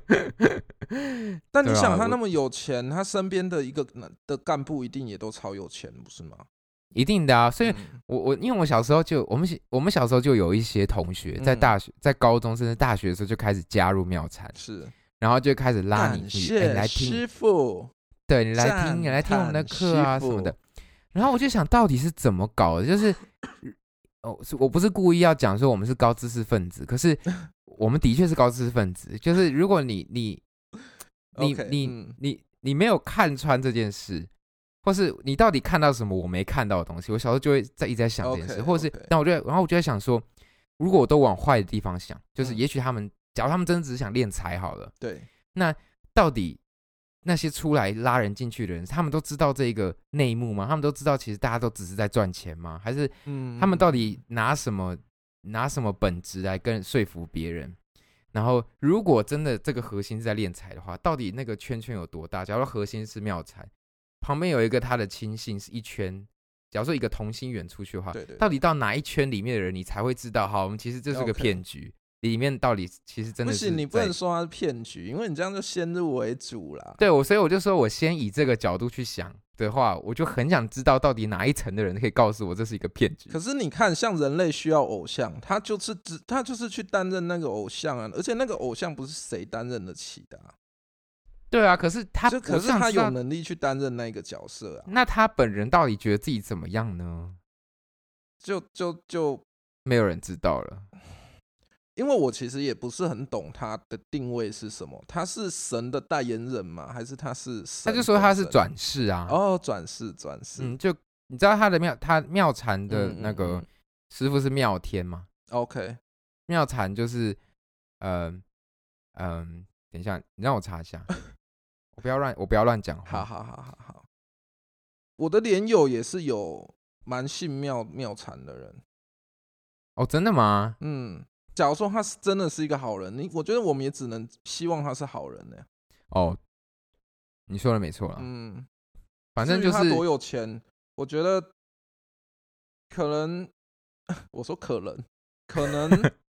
但你想，他那么有钱，他身边的一个的干部一定也都超有钱，不是吗？ 一定的啊，所以我我因为我小时候就我们我们小时候就有一些同学在大学、在高中甚至大学的时候就开始加入庙产， 是， 然后就开始拉你去，哎，来听师傅， 对你来听，你来听我们的课啊什么的。然后我就想到底是怎么搞的，就是哦，我不是故意要讲说我们是高知识分子，可是我们的确是高知识分子。就是如果你你你 okay, 你、 嗯、 你你没有看穿这件事，或是你到底看到什么我没看到的东西，我小时候就会在一直在想这件事， okay, 或者是，那、okay. 我就然后我就在想说，如果我都往坏的地方想，就是也许他们，嗯、假如他们真的只是想练财好了， 对， 那到底？那些出来拉人进去的人，他们都知道这个内幕吗？他们都知道其实大家都只是在赚钱吗？还是他们到底拿什么、嗯、拿什么本质来跟说服别人？然后如果真的这个核心是在敛财的话，到底那个圈圈有多大？假如核心是庙财，旁边有一个他的亲信是一圈，假如说一个同心圆出去的话， 对对对， 到底到哪一圈里面的人，你才会知道？好，我们其实这是个骗局。Okay.里面到底其实真的是不行，你不能说它是骗局，因为你这样就先入为主啦。 对，我所以我就说我先以这个角度去想的话，我就很想知道到底哪一层的人可以告诉我这是一个骗局。 可是你看，像人类需要偶像，他就是他就是去担任那个偶像啊，而且那个偶像不是谁担任得起的、啊。 对啊，可是他可是他有能力去担任那个角色啊。 那他本人到底觉得自己怎么样呢？ 就就就没有人知道了。 因为我其实也不是很懂他的定位是什么，他是神的代言人吗？还是他是神？ 他就说他是转世啊。 哦，转世转世。 嗯，就你知道他的庙，他庙禅的那个师傅是妙天吗？ OK， 妙禅就是嗯嗯、呃呃，等一下，你让我查一下，我不要乱，我不要乱讲话。 好好好好好，我的连友也是有蛮信庙庙禅的人。 哦，真的吗？ 嗯。假如说他是真的是一个好人，你我觉得我们也只能希望他是好人呢、欸。 哦，你说的没错啦。 嗯， 反正就是他多有钱，我觉得可能，我说可能，可能，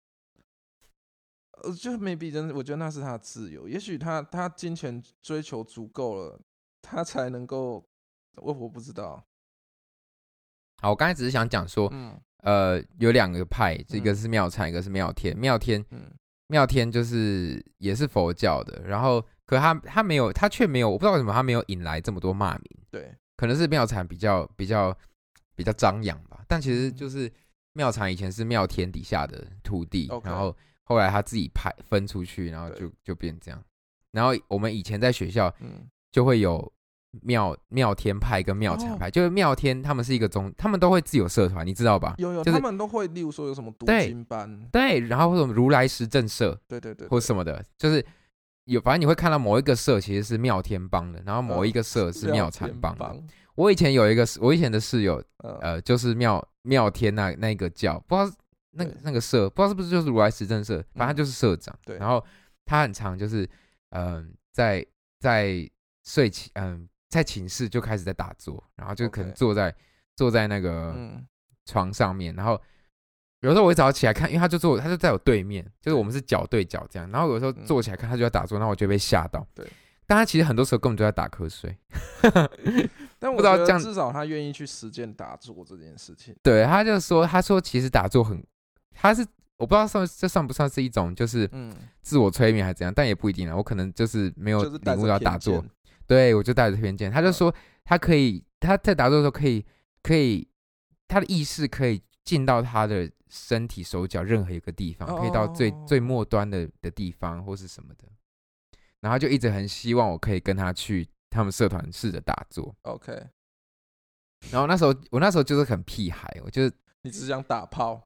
我觉得 maybe 真的，我觉得那是他的自由。也许他他金钱追求足够了，他才能够，我我不知道。 好，我刚才只是想讲说， 嗯。 呃有两个派，一个是妙禅，一个是妙天。妙天，嗯，妙天就是也是佛教的，然后可他他没有，他却没有，我不知道为什么他没有引来这么多骂名。 对， 可能是妙禅比较比较比较张扬吧，但其实就是妙禅以前是妙天底下的土地， okay. 然后后来他自己派分出去，然后就就变这样。然后我们以前在学校就会有妙妙天派跟妙禅派，哦、就是妙天他们是一个宗，他们都会自有社团，你知道吧？ 有有、就是，他们都会，例如说有什么读经班， 对，对然后或者如来实证社， 对对 对, 对， 或什么的，就是有，反正你会看到某一个社其实是妙天帮的，然后某一个社是妙禅帮的。呃、我以前有一个，我以前的室友，呃，呃就是妙妙天那那个教，不知道那那个社，不知道是不是就是如来实证社，反正他就是社长。对、嗯，然后他很常就是。嗯、呃，在在睡寝，嗯、呃，在寝室就开始在打坐，然后就可能坐在、okay. 坐在那个床上面，然后有时候我一早起来看，因为他就坐，他就在我对面，就是我们是脚对脚这样，然后有时候坐起来看他就在打坐，然后我就被吓到。对，但他其实很多时候根本就在打瞌睡。 但我觉得至少他愿意去实践打坐这件事情。 对，他就说，他说其实打坐很，他是。我不知道算这算不算是一种就是自我催眠还是怎样，嗯、但也不一定啊。我可能就是没有领悟到打坐，对我就带着偏见。他就说他可以他在打坐的时候可以可以他的意识可以进到他的身体手脚任何一个地方，哦、可以到最最末端的的地方或是什么的。然后就一直很希望我可以跟他去他们社团试着打坐。 OK。 然后那时候我那时候就是很屁孩，我就是你只想打炮。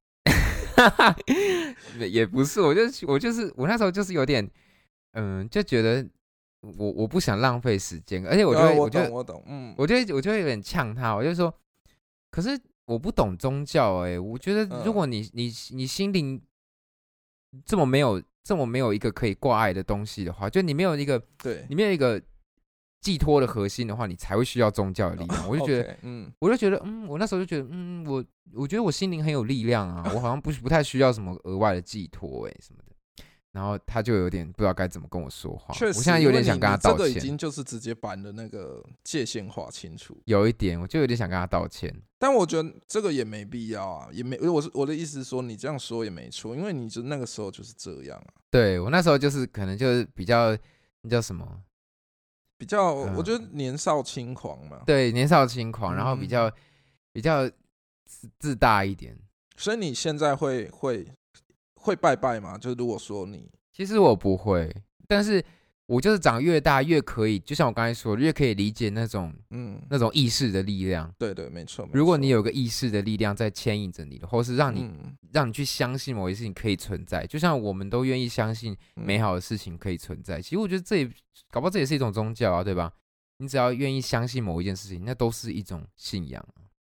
也不是，我就我就是我那时候就是有点，嗯，就觉得我我不想浪费时间，而且我就会、 哦、我懂我懂，嗯， 我就我就会有点呛他，我就说，可是我不懂宗教、欸，哎，我觉得如果你、嗯、你你心灵这么没有这么没有一个可以挂碍的东西的话，就你没有一个对， 你没有一个寄托的核心的话，你才会需要宗教的力量。我就觉得， okay, 嗯， 我就觉得，嗯，我那时候就觉得，嗯，我我觉得我心灵很有力量啊，我好像不不太需要什么额外的寄托，哎，什么的。然后他就有点不知道该怎么跟我说话。 确实， 我现在有点想跟他道歉。 这个已经就是直接把你的那个界限划清楚。 有一点，我就有点想跟他道歉。 但我觉得这个也没必要啊，也没，我是我的意思是说，你这样说也没错，因为你就那个时候就是这样啊。 对，我那时候就是可能就是比较那叫什么？ 比较，嗯、我觉得年少轻狂嘛。 对，年少轻狂，然后比较、嗯、比较自自大一点。 所以你现在会会会拜拜吗？就是如果说你， 其实我不会，但是我就是长越大越可以，就像我刚才说，越可以理解那种嗯那种意识的力量。 对对，没错。 如果你有个意识的力量在牵引着你的，或是让你、嗯、让你去相信某些事情可以存在，就像我们都愿意相信美好的事情可以存在。嗯、其实我觉得这也搞不好这也是一种宗教啊，对吧？你只要愿意相信某一件事情，那都是一种信仰。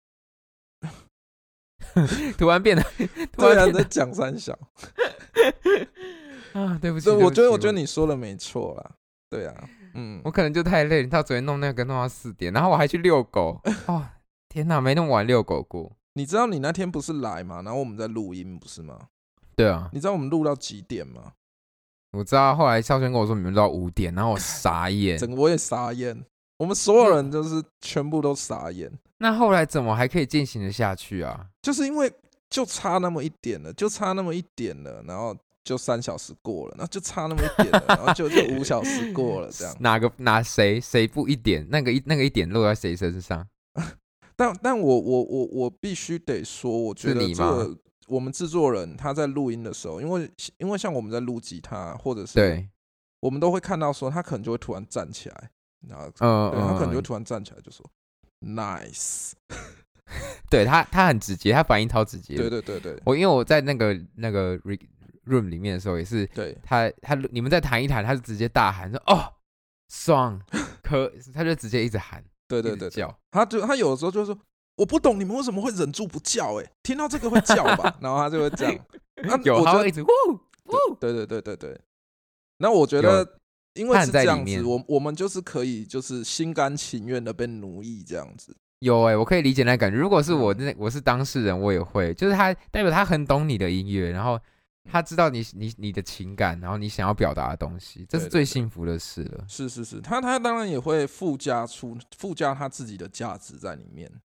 突然变得，突然在讲三小啊，对不起， 我觉得我觉得你说的没错啦，对啊，嗯， 我可能就太累，你到昨天弄那个弄到四点，然后我还去遛狗，哦，天哪，没那么晚遛狗过。 你知道你那天不是来吗？然后我们在录音，不是吗？ 对啊， 你知道我们录到几点吗？ 我知道，后来少轩跟我说你们录到五点，然后我傻眼， 整个我也傻眼，我们所有人就是全部都傻眼。 那后来怎么还可以进行的下去啊？ 就是因为就差那么一点了，就差那么一点了，然后就三小时过了，然后就差那么一点了，然后就就五小时过了，这样。 哪个哪谁谁不一点？那个一那个一点落在谁身上？ 但但我我我我必须得说，我觉得这个我们制作人他在录音的时候，因为因为像我们在录吉他，或者是对， 我们都会看到说他可能就会突然站起来，然后嗯， 对他可能就会突然站起来就说。Nice， 对他，他很直接，他反应超直接。 对对对对， 我因为我在那个那个 room 里面的时候，也是， 对他他你们在弹一弹，他就直接大喊说：“哦，爽！”可他就直接一直喊， 对对对， 叫。 他就他有的时候就说：“我不懂你们为什么会忍住不叫、欸，哎，听到这个会叫吧？”然后他就会这样， 有他会一直呜呜，对对对对对。那我觉得。因为是这样子，我我们就是可以，就是心甘情愿的被奴役这样子。 有哎、欸，我可以理解那感觉。如果是我那我是当事人，我也会，就是他代表他很懂你的音乐，然后他知道你你你的情感，然后你想要表达的东西，这是最幸福的事了。 对对对，是是是，他他当然也会附加出附加他自己的价值在里面。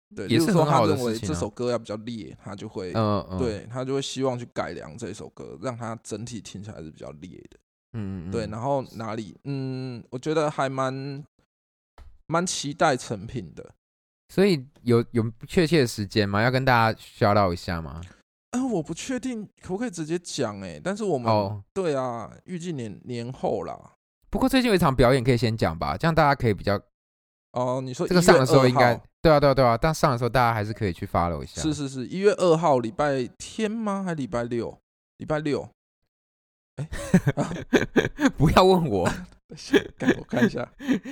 对， 也是很好的事情、啊。 例如说他认为这首歌要比较烈，他就会，嗯嗯，对他就会希望去改良这首歌，让它整体听起来是比较烈的。嗯嗯，对，然后哪里，嗯，我觉得还蛮蛮期待成品的。 所以有有确切的时间吗？要跟大家 shout out 一下吗？ 啊、呃，我不确定可不可以直接讲哎、欸，但是我们、哦、对啊，预计年年后啦。 不过最近有一场表演可以先讲吧，这样大家可以比较。 哦，你说这个上的时候应该对啊对啊对啊，但上的时候大家还是可以去 follow 一下。 是是是，一月二号礼拜天吗？还礼拜六？礼拜六。哎、 欸，不要问我， 我看一下。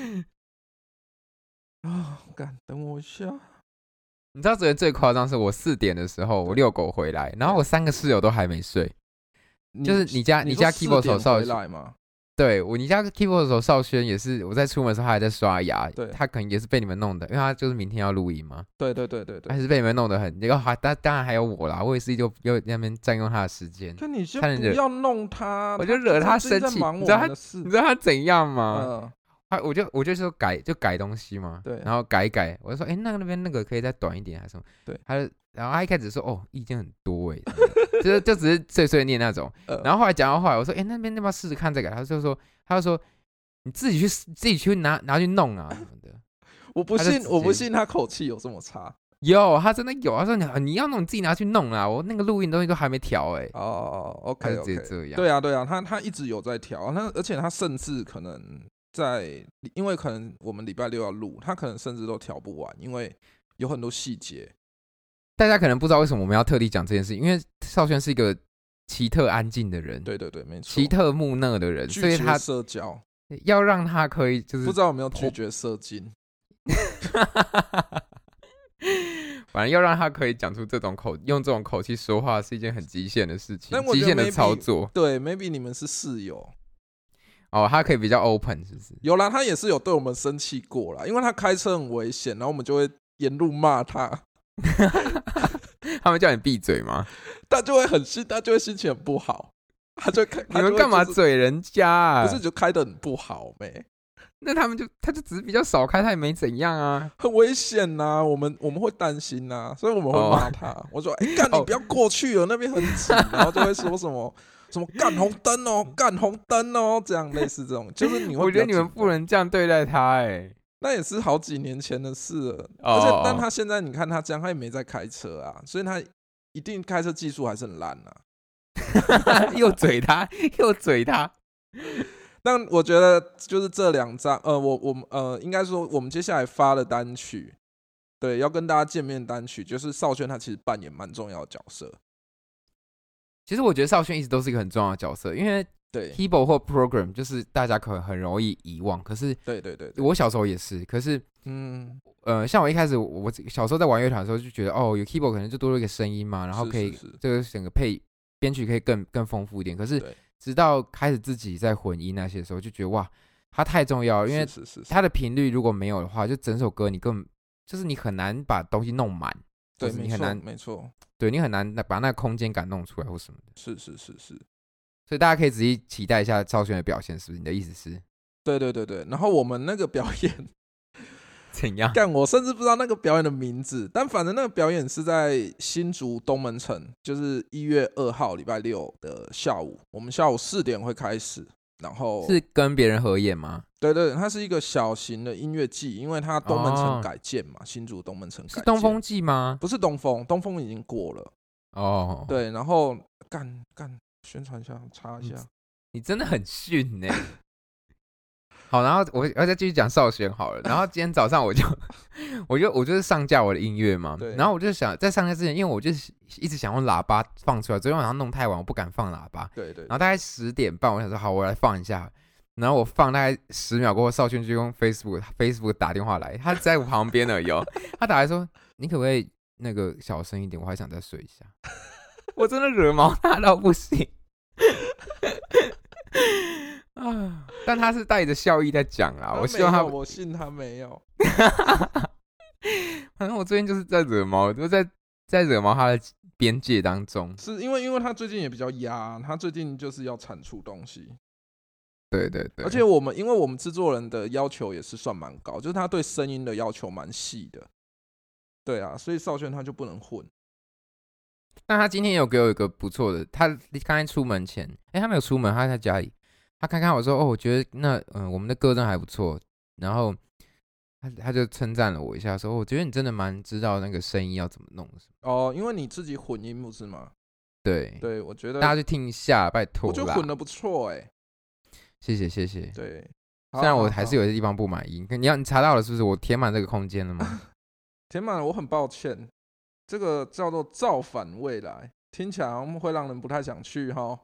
啊，干，等我一下。 你知道昨天最夸张是我四点的时候，我遛狗回来，然后我三个室友都还没睡。就是你家你家 keyboard 手少来吗？ 对，我你家 keyboard 手少轩也是，我在出门的时候他还在刷牙，他可能也是被你们弄的，因为他就是明天要录音嘛。 对对对对对， 还是被你们弄得很，然后当当然还有我啦，我也是就又在那边占用他的时间。 那你先不要弄他， 我就惹他生气。你知道他你知道他怎样吗？嗯他我就我就说改就改东西嘛， 对， 然后改一改，我就说，哎、欸，那个那边那个可以再短一点还是什么？ 对， 他就然后他一开始说，哦，意见很多哎、欸，就就只是碎碎念那种。呃、然后后来讲到后来，我说，哎、欸，那边要不要试试看这个？他就说，他就说，你自己去自己去拿拿去弄啊什么的。 我不信，我不信他口气有这么差。 有，他真的有。他说你你要弄你自己拿去弄啊，我那个录音东西都还没调哎、欸。 哦 ，OK， 他直接这样。 对啊，对啊，他他一直有在调，他而且他甚至可能。在，因为可能我们礼拜六要录，他可能甚至都调不完，因为有很多细节。 大家可能不知道为什么我们要特地讲这件事，因为少轩是一个奇特安静的人， 对对对，没错， 奇特木讷的人，所以他社交要让他可以就是不知道有没有拒绝射精， 反正要让他可以讲出这种口，用这种口气说话是一件很极限的事情，极限的操作。 对 ，maybe 你们是室友。 哦，他可以比较 open， 是不是？ 有啦，他也是有对我们生气过啦，因为他开车很危险，然后我们就会沿路骂他。 他们叫你闭嘴吗？ 他就会很心，他就会心情很不好。他就开， 你们干嘛嘴人家啊？ 不是就开得很不好没？ 那他们就他就只是比较少开，他也没怎样啊。 很危险呐、啊，我们我们会担心呐、啊，所以我们会骂他。Oh. 我说：“哎、欸，干你不要过去了，那边很挤。”然后就会说什么。什么干红灯哦，干红灯哦，这样类似这种，就是你会。 我觉得你们不能这样对待他，哎、欸， 那也是好几年前的事了。哦、而且，但他现在你看他这样，他也没在开车啊，所以他一定开车技术还是很烂啊。 又嘴他，又嘴他。 但我觉得就是这两张，呃，我我们呃，应该说我们接下来发的单曲，对，要跟大家见面单曲，就是少轩他其实扮演蛮重要的角色。 其实我觉得少轩一直都是一个很重要的角色，因为对 keyboard 或 program 就是大家可能很容易遗忘，可是对对 对, 对， 我小时候也是，可是嗯呃，像我一开始我小时候在玩乐团的时候就觉得哦，有 keyboard 可能就多了一个声音嘛，然后可以这个整个配编曲可以更更丰富一点，可是直到开始自己在混音那些的时候，就觉得哇，它太重要了，因为它的频率如果没有的话，就整首歌你根本就是你很难把东西弄满。 对， 你很难， 没错， 对你很难把那个空间感弄出来或什么的。 是是是是， 所以大家可以仔细期待一下少轩的表现，是不是？你的意思是？ 对对对对，然后我们那个表演怎样？ 干，我甚至不知道那个表演的名字，但反正那个表演是在新竹东门城，就是一月二号礼拜六的下午，我们下午四点会开始。然后是跟别人合演吗？ 对对，它是一个小型的音乐季，因为它东门城改建嘛，哦、新竹东门城改建。 是东风季吗？ 不是东风，东风已经过了。哦，对，然后干干宣传一下，插一下。 你, 你真的很逊呢、欸。好，然后我要再继续讲少轩好了。然后今天早上我就，我就我就是上架我的音乐嘛，然后我就想在上架之前，因为我就一直想用喇叭放出来，昨天晚上弄太晚，我不敢放喇叭。 对 对, 對。 然后大概十点半，我想说好，我来放一下。然后我放大概十秒过后，少轩就用 Facebook Facebook 打电话来，他在我旁边而已哦。他打来说：“你可不可以那个小声一点？我还想再睡一下。”我真的惹毛他到不行。啊！但他是带着笑意在讲啊，我希望他， 我信他没有。 反正我最近就是在惹毛，就在在惹毛他的边界当中。 是因为因为他最近也比较压，他最近就是要产出东西。 对对对， 而且我们因为我们制作人的要求也是算蛮高，就是他对声音的要求蛮细的。 对啊，所以少轩他就不能混。 但他今天有给我一个不错的，他刚才出门前，哎、欸，他没有出门，他在家里，他看看我说，哦，我觉得那嗯，我们的歌真的还不错，然后他他就称赞了我一下，说，哦，我觉得你真的蛮知道那个声音要怎么弄的。 哦，因为你自己混音不是吗？ 对对，我觉得大家去听一下，拜托啦。 我觉得混的不错哎、欸， 谢谢谢谢。 对， 虽然我还是有些地方不满意，你要你查到了是不是？我填满这个空间了吗？ 填满了，我很抱歉。这个叫做造反未来，听起来会让人不太想去哈。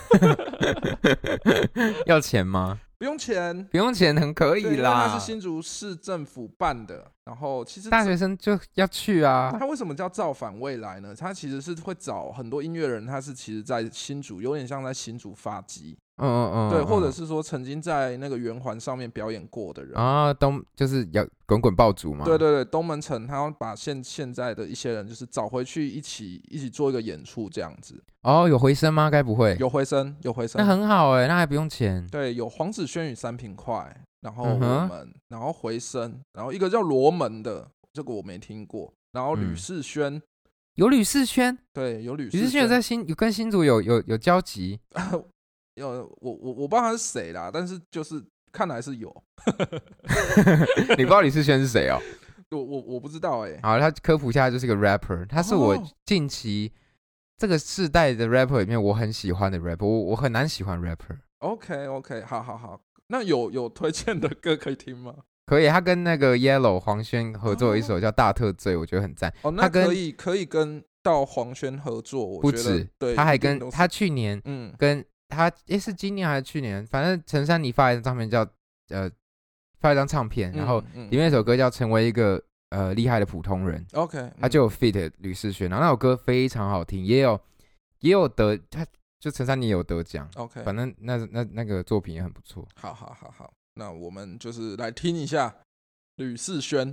要钱吗？ 不用钱， 不用钱很可以啦。 它是新竹市政府办的，然后其实大学生就要去啊。 它为什么叫造反未来呢？它其实是会找很多音乐人，他是其实在新竹，有点像在新竹发迹。嗯嗯嗯，对，或者是说曾经在那个圆环上面表演过的人啊，东就是要滚滚爆竹嘛。 对对对，东门城他要把现现在的一些人就是找回去一起一起做一个演出这样子。 哦，有回声吗？该不会有回声，有回声， 那很好哎、欸，那还不用钱。 对，有黄子轩与三平快，然后我们、嗯，然后回声，然后一个叫罗门的，这个我没听过，然后吕世轩、嗯， 有吕世轩， 对，有吕吕世轩有在新有跟新竹有有有交集。 有我我我不知道他是谁啦，但是就是看来是有。 你不知道李世轩是谁哦？ 我我我不知道哎、欸。 好，他科普一下，就是个 rapper， 他是我近期这个世代的 rapper 里面我很喜欢的 rapper， 我我很难喜欢 rapper。OK OK， 好好好，那有有推荐的歌可以听吗？ 可以，他跟那个 Yellow 黄轩合作一首叫《大特醉》，我觉得很赞。 哦，那可以可以跟到黄轩合作，我觉得不止， 对，他还跟他去年嗯跟。他诶是今年还是去年？反正陈珊妮发一张唱片叫呃发一张唱片，然后里面有首歌叫《成为一个呃厉害的普通人》。 OK，、嗯、 他就有 feat 吕世轩，然后那首歌非常好听，也有也有得，他就陈珊妮也有得奖。 OK， 反正那那那个作品也很不错。 好好好好，那我们就是来听一下吕世轩。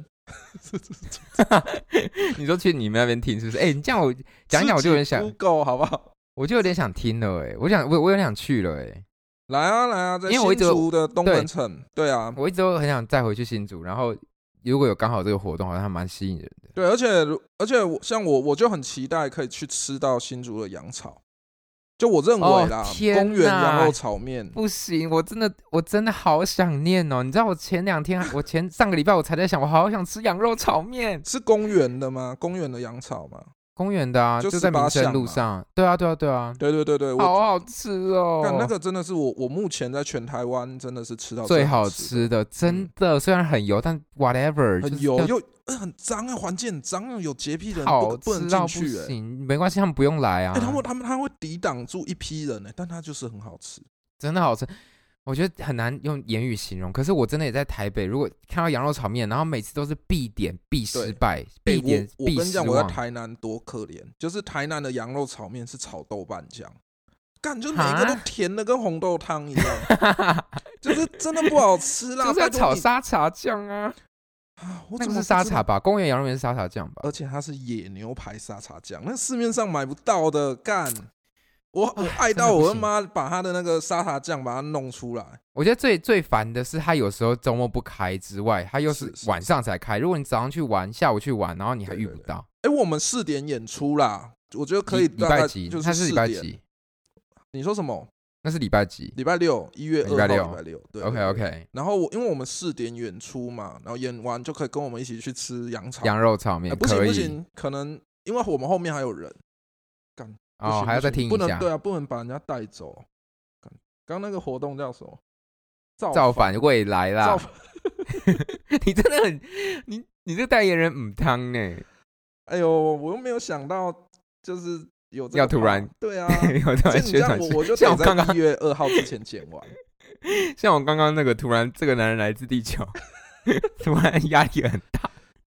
你说去你们那边听是不是？哎、欸，你这样我讲一讲我就有点想 Google 好不好？ 我就有点想听了哎、欸，我想我我有点想去了哎、欸， 来啊来啊，在新竹的东门城，对啊， 我一直都很想再回去新竹，然后如果有刚好这个活动，好像还蛮吸引人的。 对，而且而且我像我我就很期待可以去吃到新竹的羊草，就我认为啦， 哦、 公园羊肉炒面不行，我真的我真的好想念哦！你知道我前两天我前上个礼拜我才在想，我好想吃羊肉炒面， 是公园的吗？公园的羊草吗？ 公园的啊，就, 就在民生路上。对啊，对啊，对啊， 对对对对， 好好吃哦！ 但那个真的是我我目前在全台湾真的是吃到最好吃的，真的、嗯、虽然很油，但 whatever 很油又、呃、很脏啊，环境很脏，有洁癖的人好不能进去、欸， 不行，没关系，他们不用来啊。 欸、他们他们他会抵挡住一批人呢、欸，但它就是很好吃， 真的好吃。我觉得很难用言语形容，可是我真的也在台北，如果看到羊肉炒面，然后每次都是必点必失败，必点必失望。我跟你讲，我在台南多可怜，就是台南的羊肉炒面是炒豆瓣酱，干就每一个都甜的跟红豆汤一样，就是真的不好吃啦。 就是在炒沙茶酱啊， 啊那个是沙茶吧？公园羊肉面是沙茶酱吧？ 而且它是野牛排沙茶酱，那市面上买不到的，干。我我爱到我他妈把他的那个沙茶酱把它弄出来。 我觉得最最烦的是他有时候周末不开之外，他又是晚上才开。如果你早上去玩，下午去玩，然后你还遇不到。 哎、欸，我们四点演出啦，我觉得可以。 礼拜几？ 就是他是礼拜几？ 你说什么？ 那是礼拜几？ 礼拜六，一月二号，礼拜六。对 ，OK OK。 然后我因为我们四点演出嘛，然后演完就可以跟我们一起去吃羊炒羊肉炒面。 欸、不行不行，可能因为我们后面还有人。干。 哦，还要再听一下， 不能对啊，不能把人家带走。刚那个活动叫什么？ 造反未来啦！你真的很，你你这个代言人唔汤呢？ 哎呦，我又没有想到，就是有这个要突然对啊， 有突然宣传， 我我就想在一月二号之前剪完。 像我刚刚那个突然，这个男人来自地球，突然压力很大。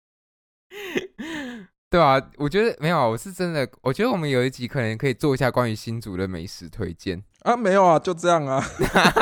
对啊，我觉得没有，我是真的，我觉得我们有一集可能可以做一下关于新竹的美食推荐啊，没有啊，就这样啊，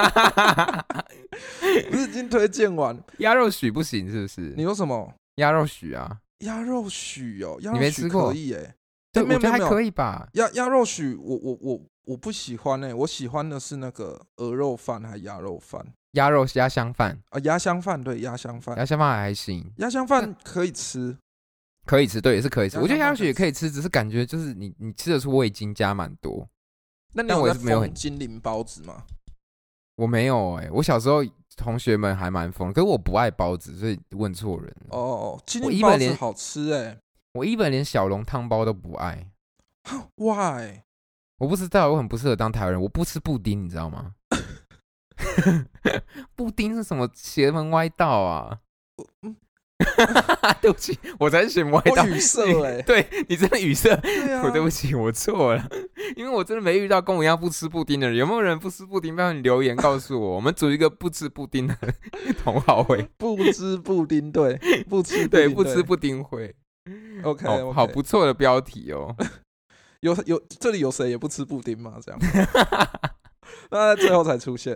不是已经推荐完？ 鸭肉许不行是不是？ 你说什么？ 鸭肉许啊？ 鸭肉许哦，鸭肉许可以哎、欸， 对，我觉得还可以吧。 鸭鸭肉许，我我我我不喜欢哎、欸，我喜欢的是那个鹅肉饭还是鸭肉饭？ 鸭肉鸭香饭啊，鸭香饭对，鸭香饭， 鸭香饭还行， 鸭香饭可以吃。 可以吃，对，也是可以吃。我觉得鸭血也可以吃，只是感觉就是你你吃得出味精加蛮多。 那你有在疯金陵包子吗？ 我没有哎、欸，我小时候同学们还蛮疯，可是我不爱包子，所以问错人了。 哦，金陵包子好吃哎、欸， 我一本连小笼汤包都不爱。 Why？ 我不知道，我很不适合当台湾人，我不吃布丁，你知道吗？布丁是什么邪门歪道啊？嗯对不起，我才是邪门歪道。 我语塞哎、欸， 对你真的语塞。 对啊， 我对不起，我错了，因为我真的没遇到跟我一样不吃布丁的人。有没有人不吃布丁？帮你留言告诉我，我们组一个不吃布丁的同好会。 不吃布丁对，不吃对不吃布丁会。 OK，, 好, okay. 好不错的标题哦。 有有这里有谁也不吃布丁吗？这样，那最后才出现。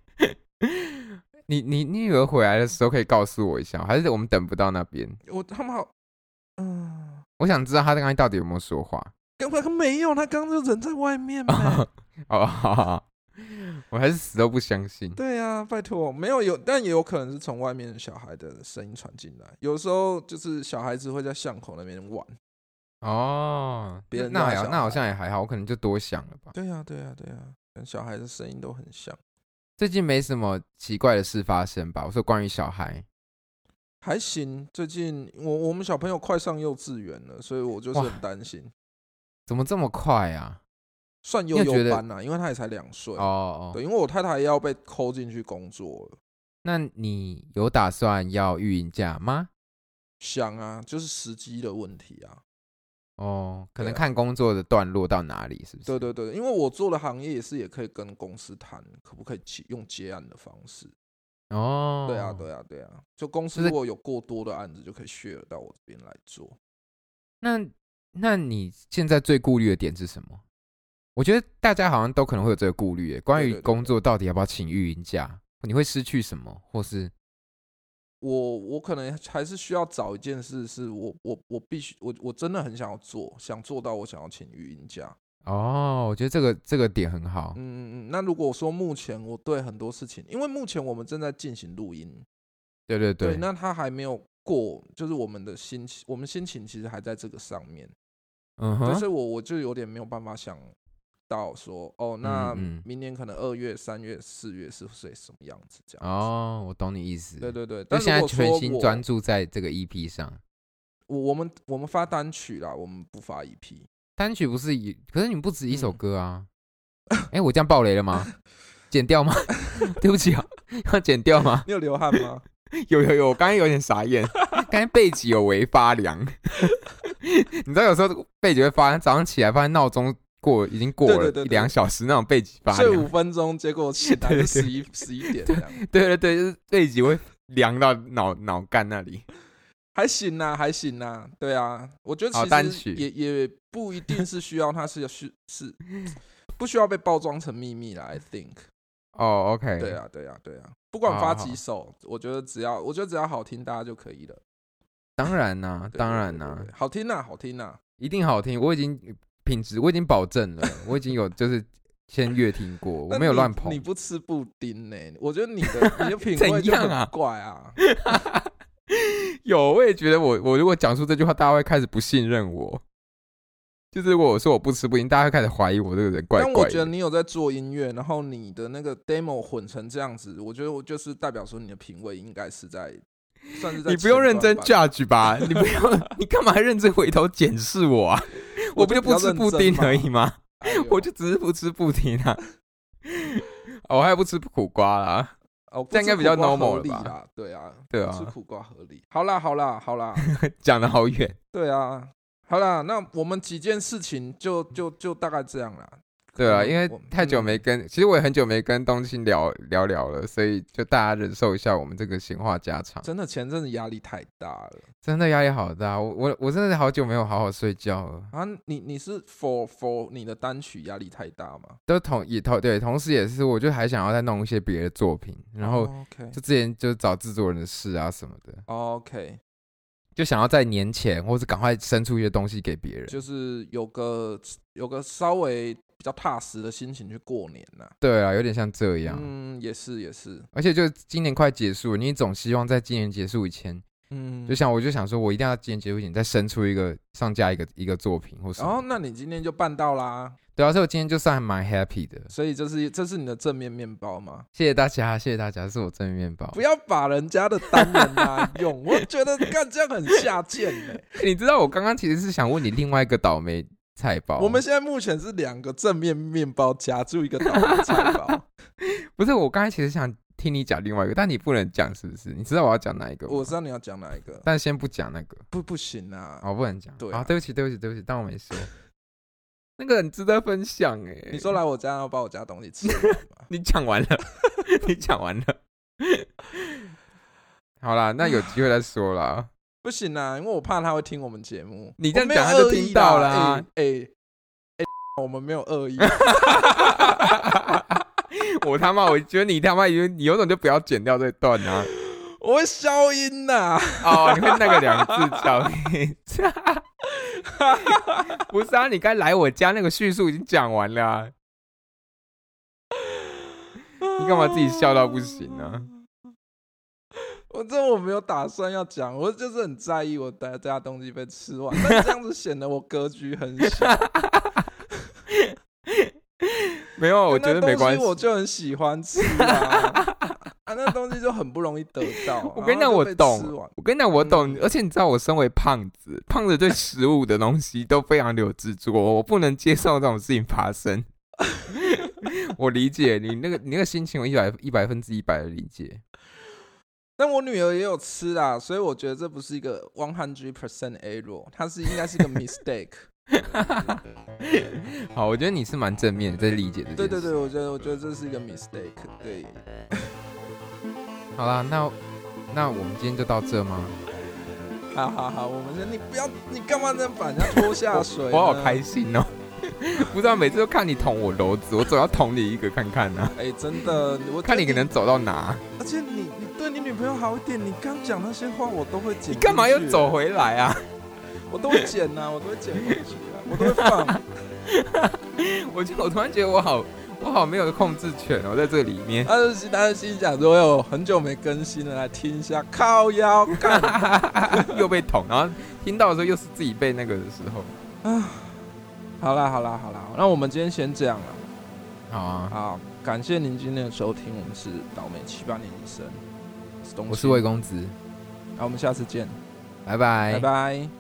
你你你以为回来的时候可以告诉我一下，还是我们等不到那边？ 我他们好，嗯、呃， 我想知道他刚才到底有没有说话。 刚刚没有，他刚刚就人在外面嘛。 哦，好好好，我还是死都不相信。 对啊，拜托，没有有，但也有可能是从外面小孩的声音传进来。有时候就是小孩子会在巷口那边玩。 哦， 别人那还好，那好像也还好，我可能就多想了吧。 对啊，对啊，对啊，跟小孩的声音都很像。 最近没什么奇怪的事发生吧？我说关于小孩， 还行。最近我我们小朋友快上幼稚园了，所以我就是很担心。 怎么这么快啊？ 算幼幼班啊，因为他也才两岁。哦哦，对，因为我太太要被扣进去工作了。 那你有打算要育婴假吗？ 想啊，就是时机的问题啊。 哦，可能看工作的段落到哪里，是不是？ 对对对，因为我做的行业也是，也可以跟公司谈，可不可以用接案的方式。哦，对啊对啊对啊，就公司如果有过多的案子，就可以 share 到我这边来做。 那那你现在最顾虑的点是什么？我觉得大家好像都可能会有这个顾虑，关于工作到底要不要请育婴假，你会失去什么，或是？ 我我可能还是需要找一件事，是我我我必须我我真的很想要做，想做到我想要请育婴假。 哦，我觉得这个这个点很好。 嗯嗯嗯。那如果说目前我对很多事情，因为目前我们正在进行录音， 对对 对, 对，那他还没有过，就是我们的心情，我们心情其实还在这个上面。嗯哼。所以我我就有点没有办法想到说，哦，那明年可能二月、三月、四月是会什么样子这样子。 哦，我懂你意思。 对对对， 但现在全心专注在这个 E P 上。 我我们我们发单曲啦，我们不发 E P。 单曲不是，可是你不止一首歌啊。哎、嗯欸，我这样爆雷了吗？剪掉吗？对不起啊，要剪掉吗？ 你有流汗吗？ 有有有，我刚才有点傻眼，刚才背脊有微发凉。你知道有时候背脊会发凉，早上起来发现闹钟。过已经过了一两小时，那种背脊发凉， 睡五分钟，结果起来就十一十一点这样。 对对对，就是背脊会凉到脑脑干那里。 还行啊，还行啊，对啊，我觉得其实也也不一定是需要它是是是不需要被包装成秘密啦 ，I think。 哦 ，OK。 对啊，对啊，对啊，不管发几首，我觉得只要我觉得只要好听，大家就可以了。 当然啦、啊，当然啦、啊， 好听啊，好听啊， 一定好听，我已经。品质我已经保证了，我已经有就是先阅听过，我没有乱捧。 你不吃布丁呢、欸？我觉得你的你的品味就很怪啊。 有，我也觉得我我如果讲出这句话，大家会开始不信任我。就是如果我说我不吃布丁，大家会开始怀疑我这个人怪怪的。 但我觉得你有在做音乐，然后你的那个 demo 混成这样子，我觉得我就是代表说你的品味应该是在。算是在你不用认真 judge 吧？你不用，你干嘛认真回头检视我啊？我不就不吃布丁而已吗？ 哎、 我就只是不吃布丁啊，我还不吃苦瓜啦。 哦， 这样应该比较 normal 了吧？ 对啊， 对啊， 吃苦瓜合理。好啦，好啦，好啦， 讲得好远。 对啊，好啦，那我们几件事情就就就大概这样啦。 对啊，因为太久没跟，嗯、其实我也很久没跟东青聊聊聊了，所以就大家忍受一下我们这个闲话家常。 真的前阵子压力太大了， 真的压力好大，我我我真的好久没有好好睡觉了啊！你你是 for for 你的单曲压力太大吗？ 都同也同对，同时也是，我就还想要再弄一些别的作品，然后就之前就找制作人的事啊什么的。 Oh, OK， 就想要在年前，或是赶快生出一些东西给别人， 就是有个有个稍微。比较踏实的心情去过年呐、啊， 对啊，有点像这样。 嗯，也是也是。 而且就今年快结束了，你总希望在今年结束以前嗯，就像我就想说，我一定要今年结束前再生出一个上架一个一个作品或什么。 哦，那你今天就办到啦。 对啊，所以我今天就算还蛮 happy 的。 所以这是这是你的正面面包吗？ 谢谢大家，谢谢大家，这是我正面面包。 不要把人家的单元拿用，我觉得干这样很下贱欸。 你知道我刚刚其实是想问你另外一个倒霉菜包。 我们现在目前是两个正面面包夹住一个倒霉菜包。 不是，我刚才其实想听你讲另外一个，但你不能讲，是不是？你知道我要讲哪一个吗？ 我知道你要讲哪一个， 但先不讲那个。 不不行啊， 我、哦、不能讲。 对啊， 啊，对不起，对不起，对不起，当我没说。那个很值得分享哎、欸。 你说来我家要把我家东西吃完吗？ 你讲完了，你讲完了。好啦，那有机会再说啦。 不行啊，因为我怕他会听我们节目。 你这样讲他就听到啦。 哎哎、欸欸，我们没有恶意。 我他妈，我觉得你他妈你有种就不要剪掉这段啊！ 我会消音呐、 啊。哦，你会那个两个字消音。不是啊，你该来我家那个叙述已经讲完了、啊，你干嘛自己笑到不行呢、啊？ 我这我没有打算要讲，我就是很在意我大家东西被吃完，但这样子显得我格局很小。 没有，我觉得没关系， 我就很喜欢吃啊。啊，那东西就很不容易得到。 我跟你讲，我懂。我跟你讲，我懂、嗯。而且你知道，我身为胖子，胖子对食物的东西都非常的有执着，我不能接受这种事情发生。我理解你那个你那个心情，我一百一百分之一百的理解。 但我女儿也有吃啦，所以我觉得这不是一个 one hundred percent error， 它是应该是一个 mistake。 好，我觉得你是蛮正面的在理解这件事。 对对对，我觉得我觉得这是一个 mistake。对。 好啦，那那我们今天就到这吗？ 好好好，我们先，你不要，你干嘛这样把人家拖下水我？我好开心哦！不知道每次都看你捅我篓子，我总要捅你一个看看啊！ 哎、欸，真的，我看你可能走到哪。 而且你你对你女朋友好一点，你刚讲那些话我都会剪。 你干嘛又走回来啊？ 我都会剪呐、啊，我都会剪回去啊，我都会放。 我就我突然觉得我好。我好没有控制权哦，在这里面。 他就心，他就心想说：“有很久没更新了，来听一下，靠腰干。” 又被捅，然后听到的时候又是自己被那个的时候。 啊，好啦好啦好啦，那我们今天先这样了。 好啊， 好，感谢您今天的收听，我们是倒霉七八年级生， 我是魏公子， 好，我们下次见， 拜拜， 拜拜。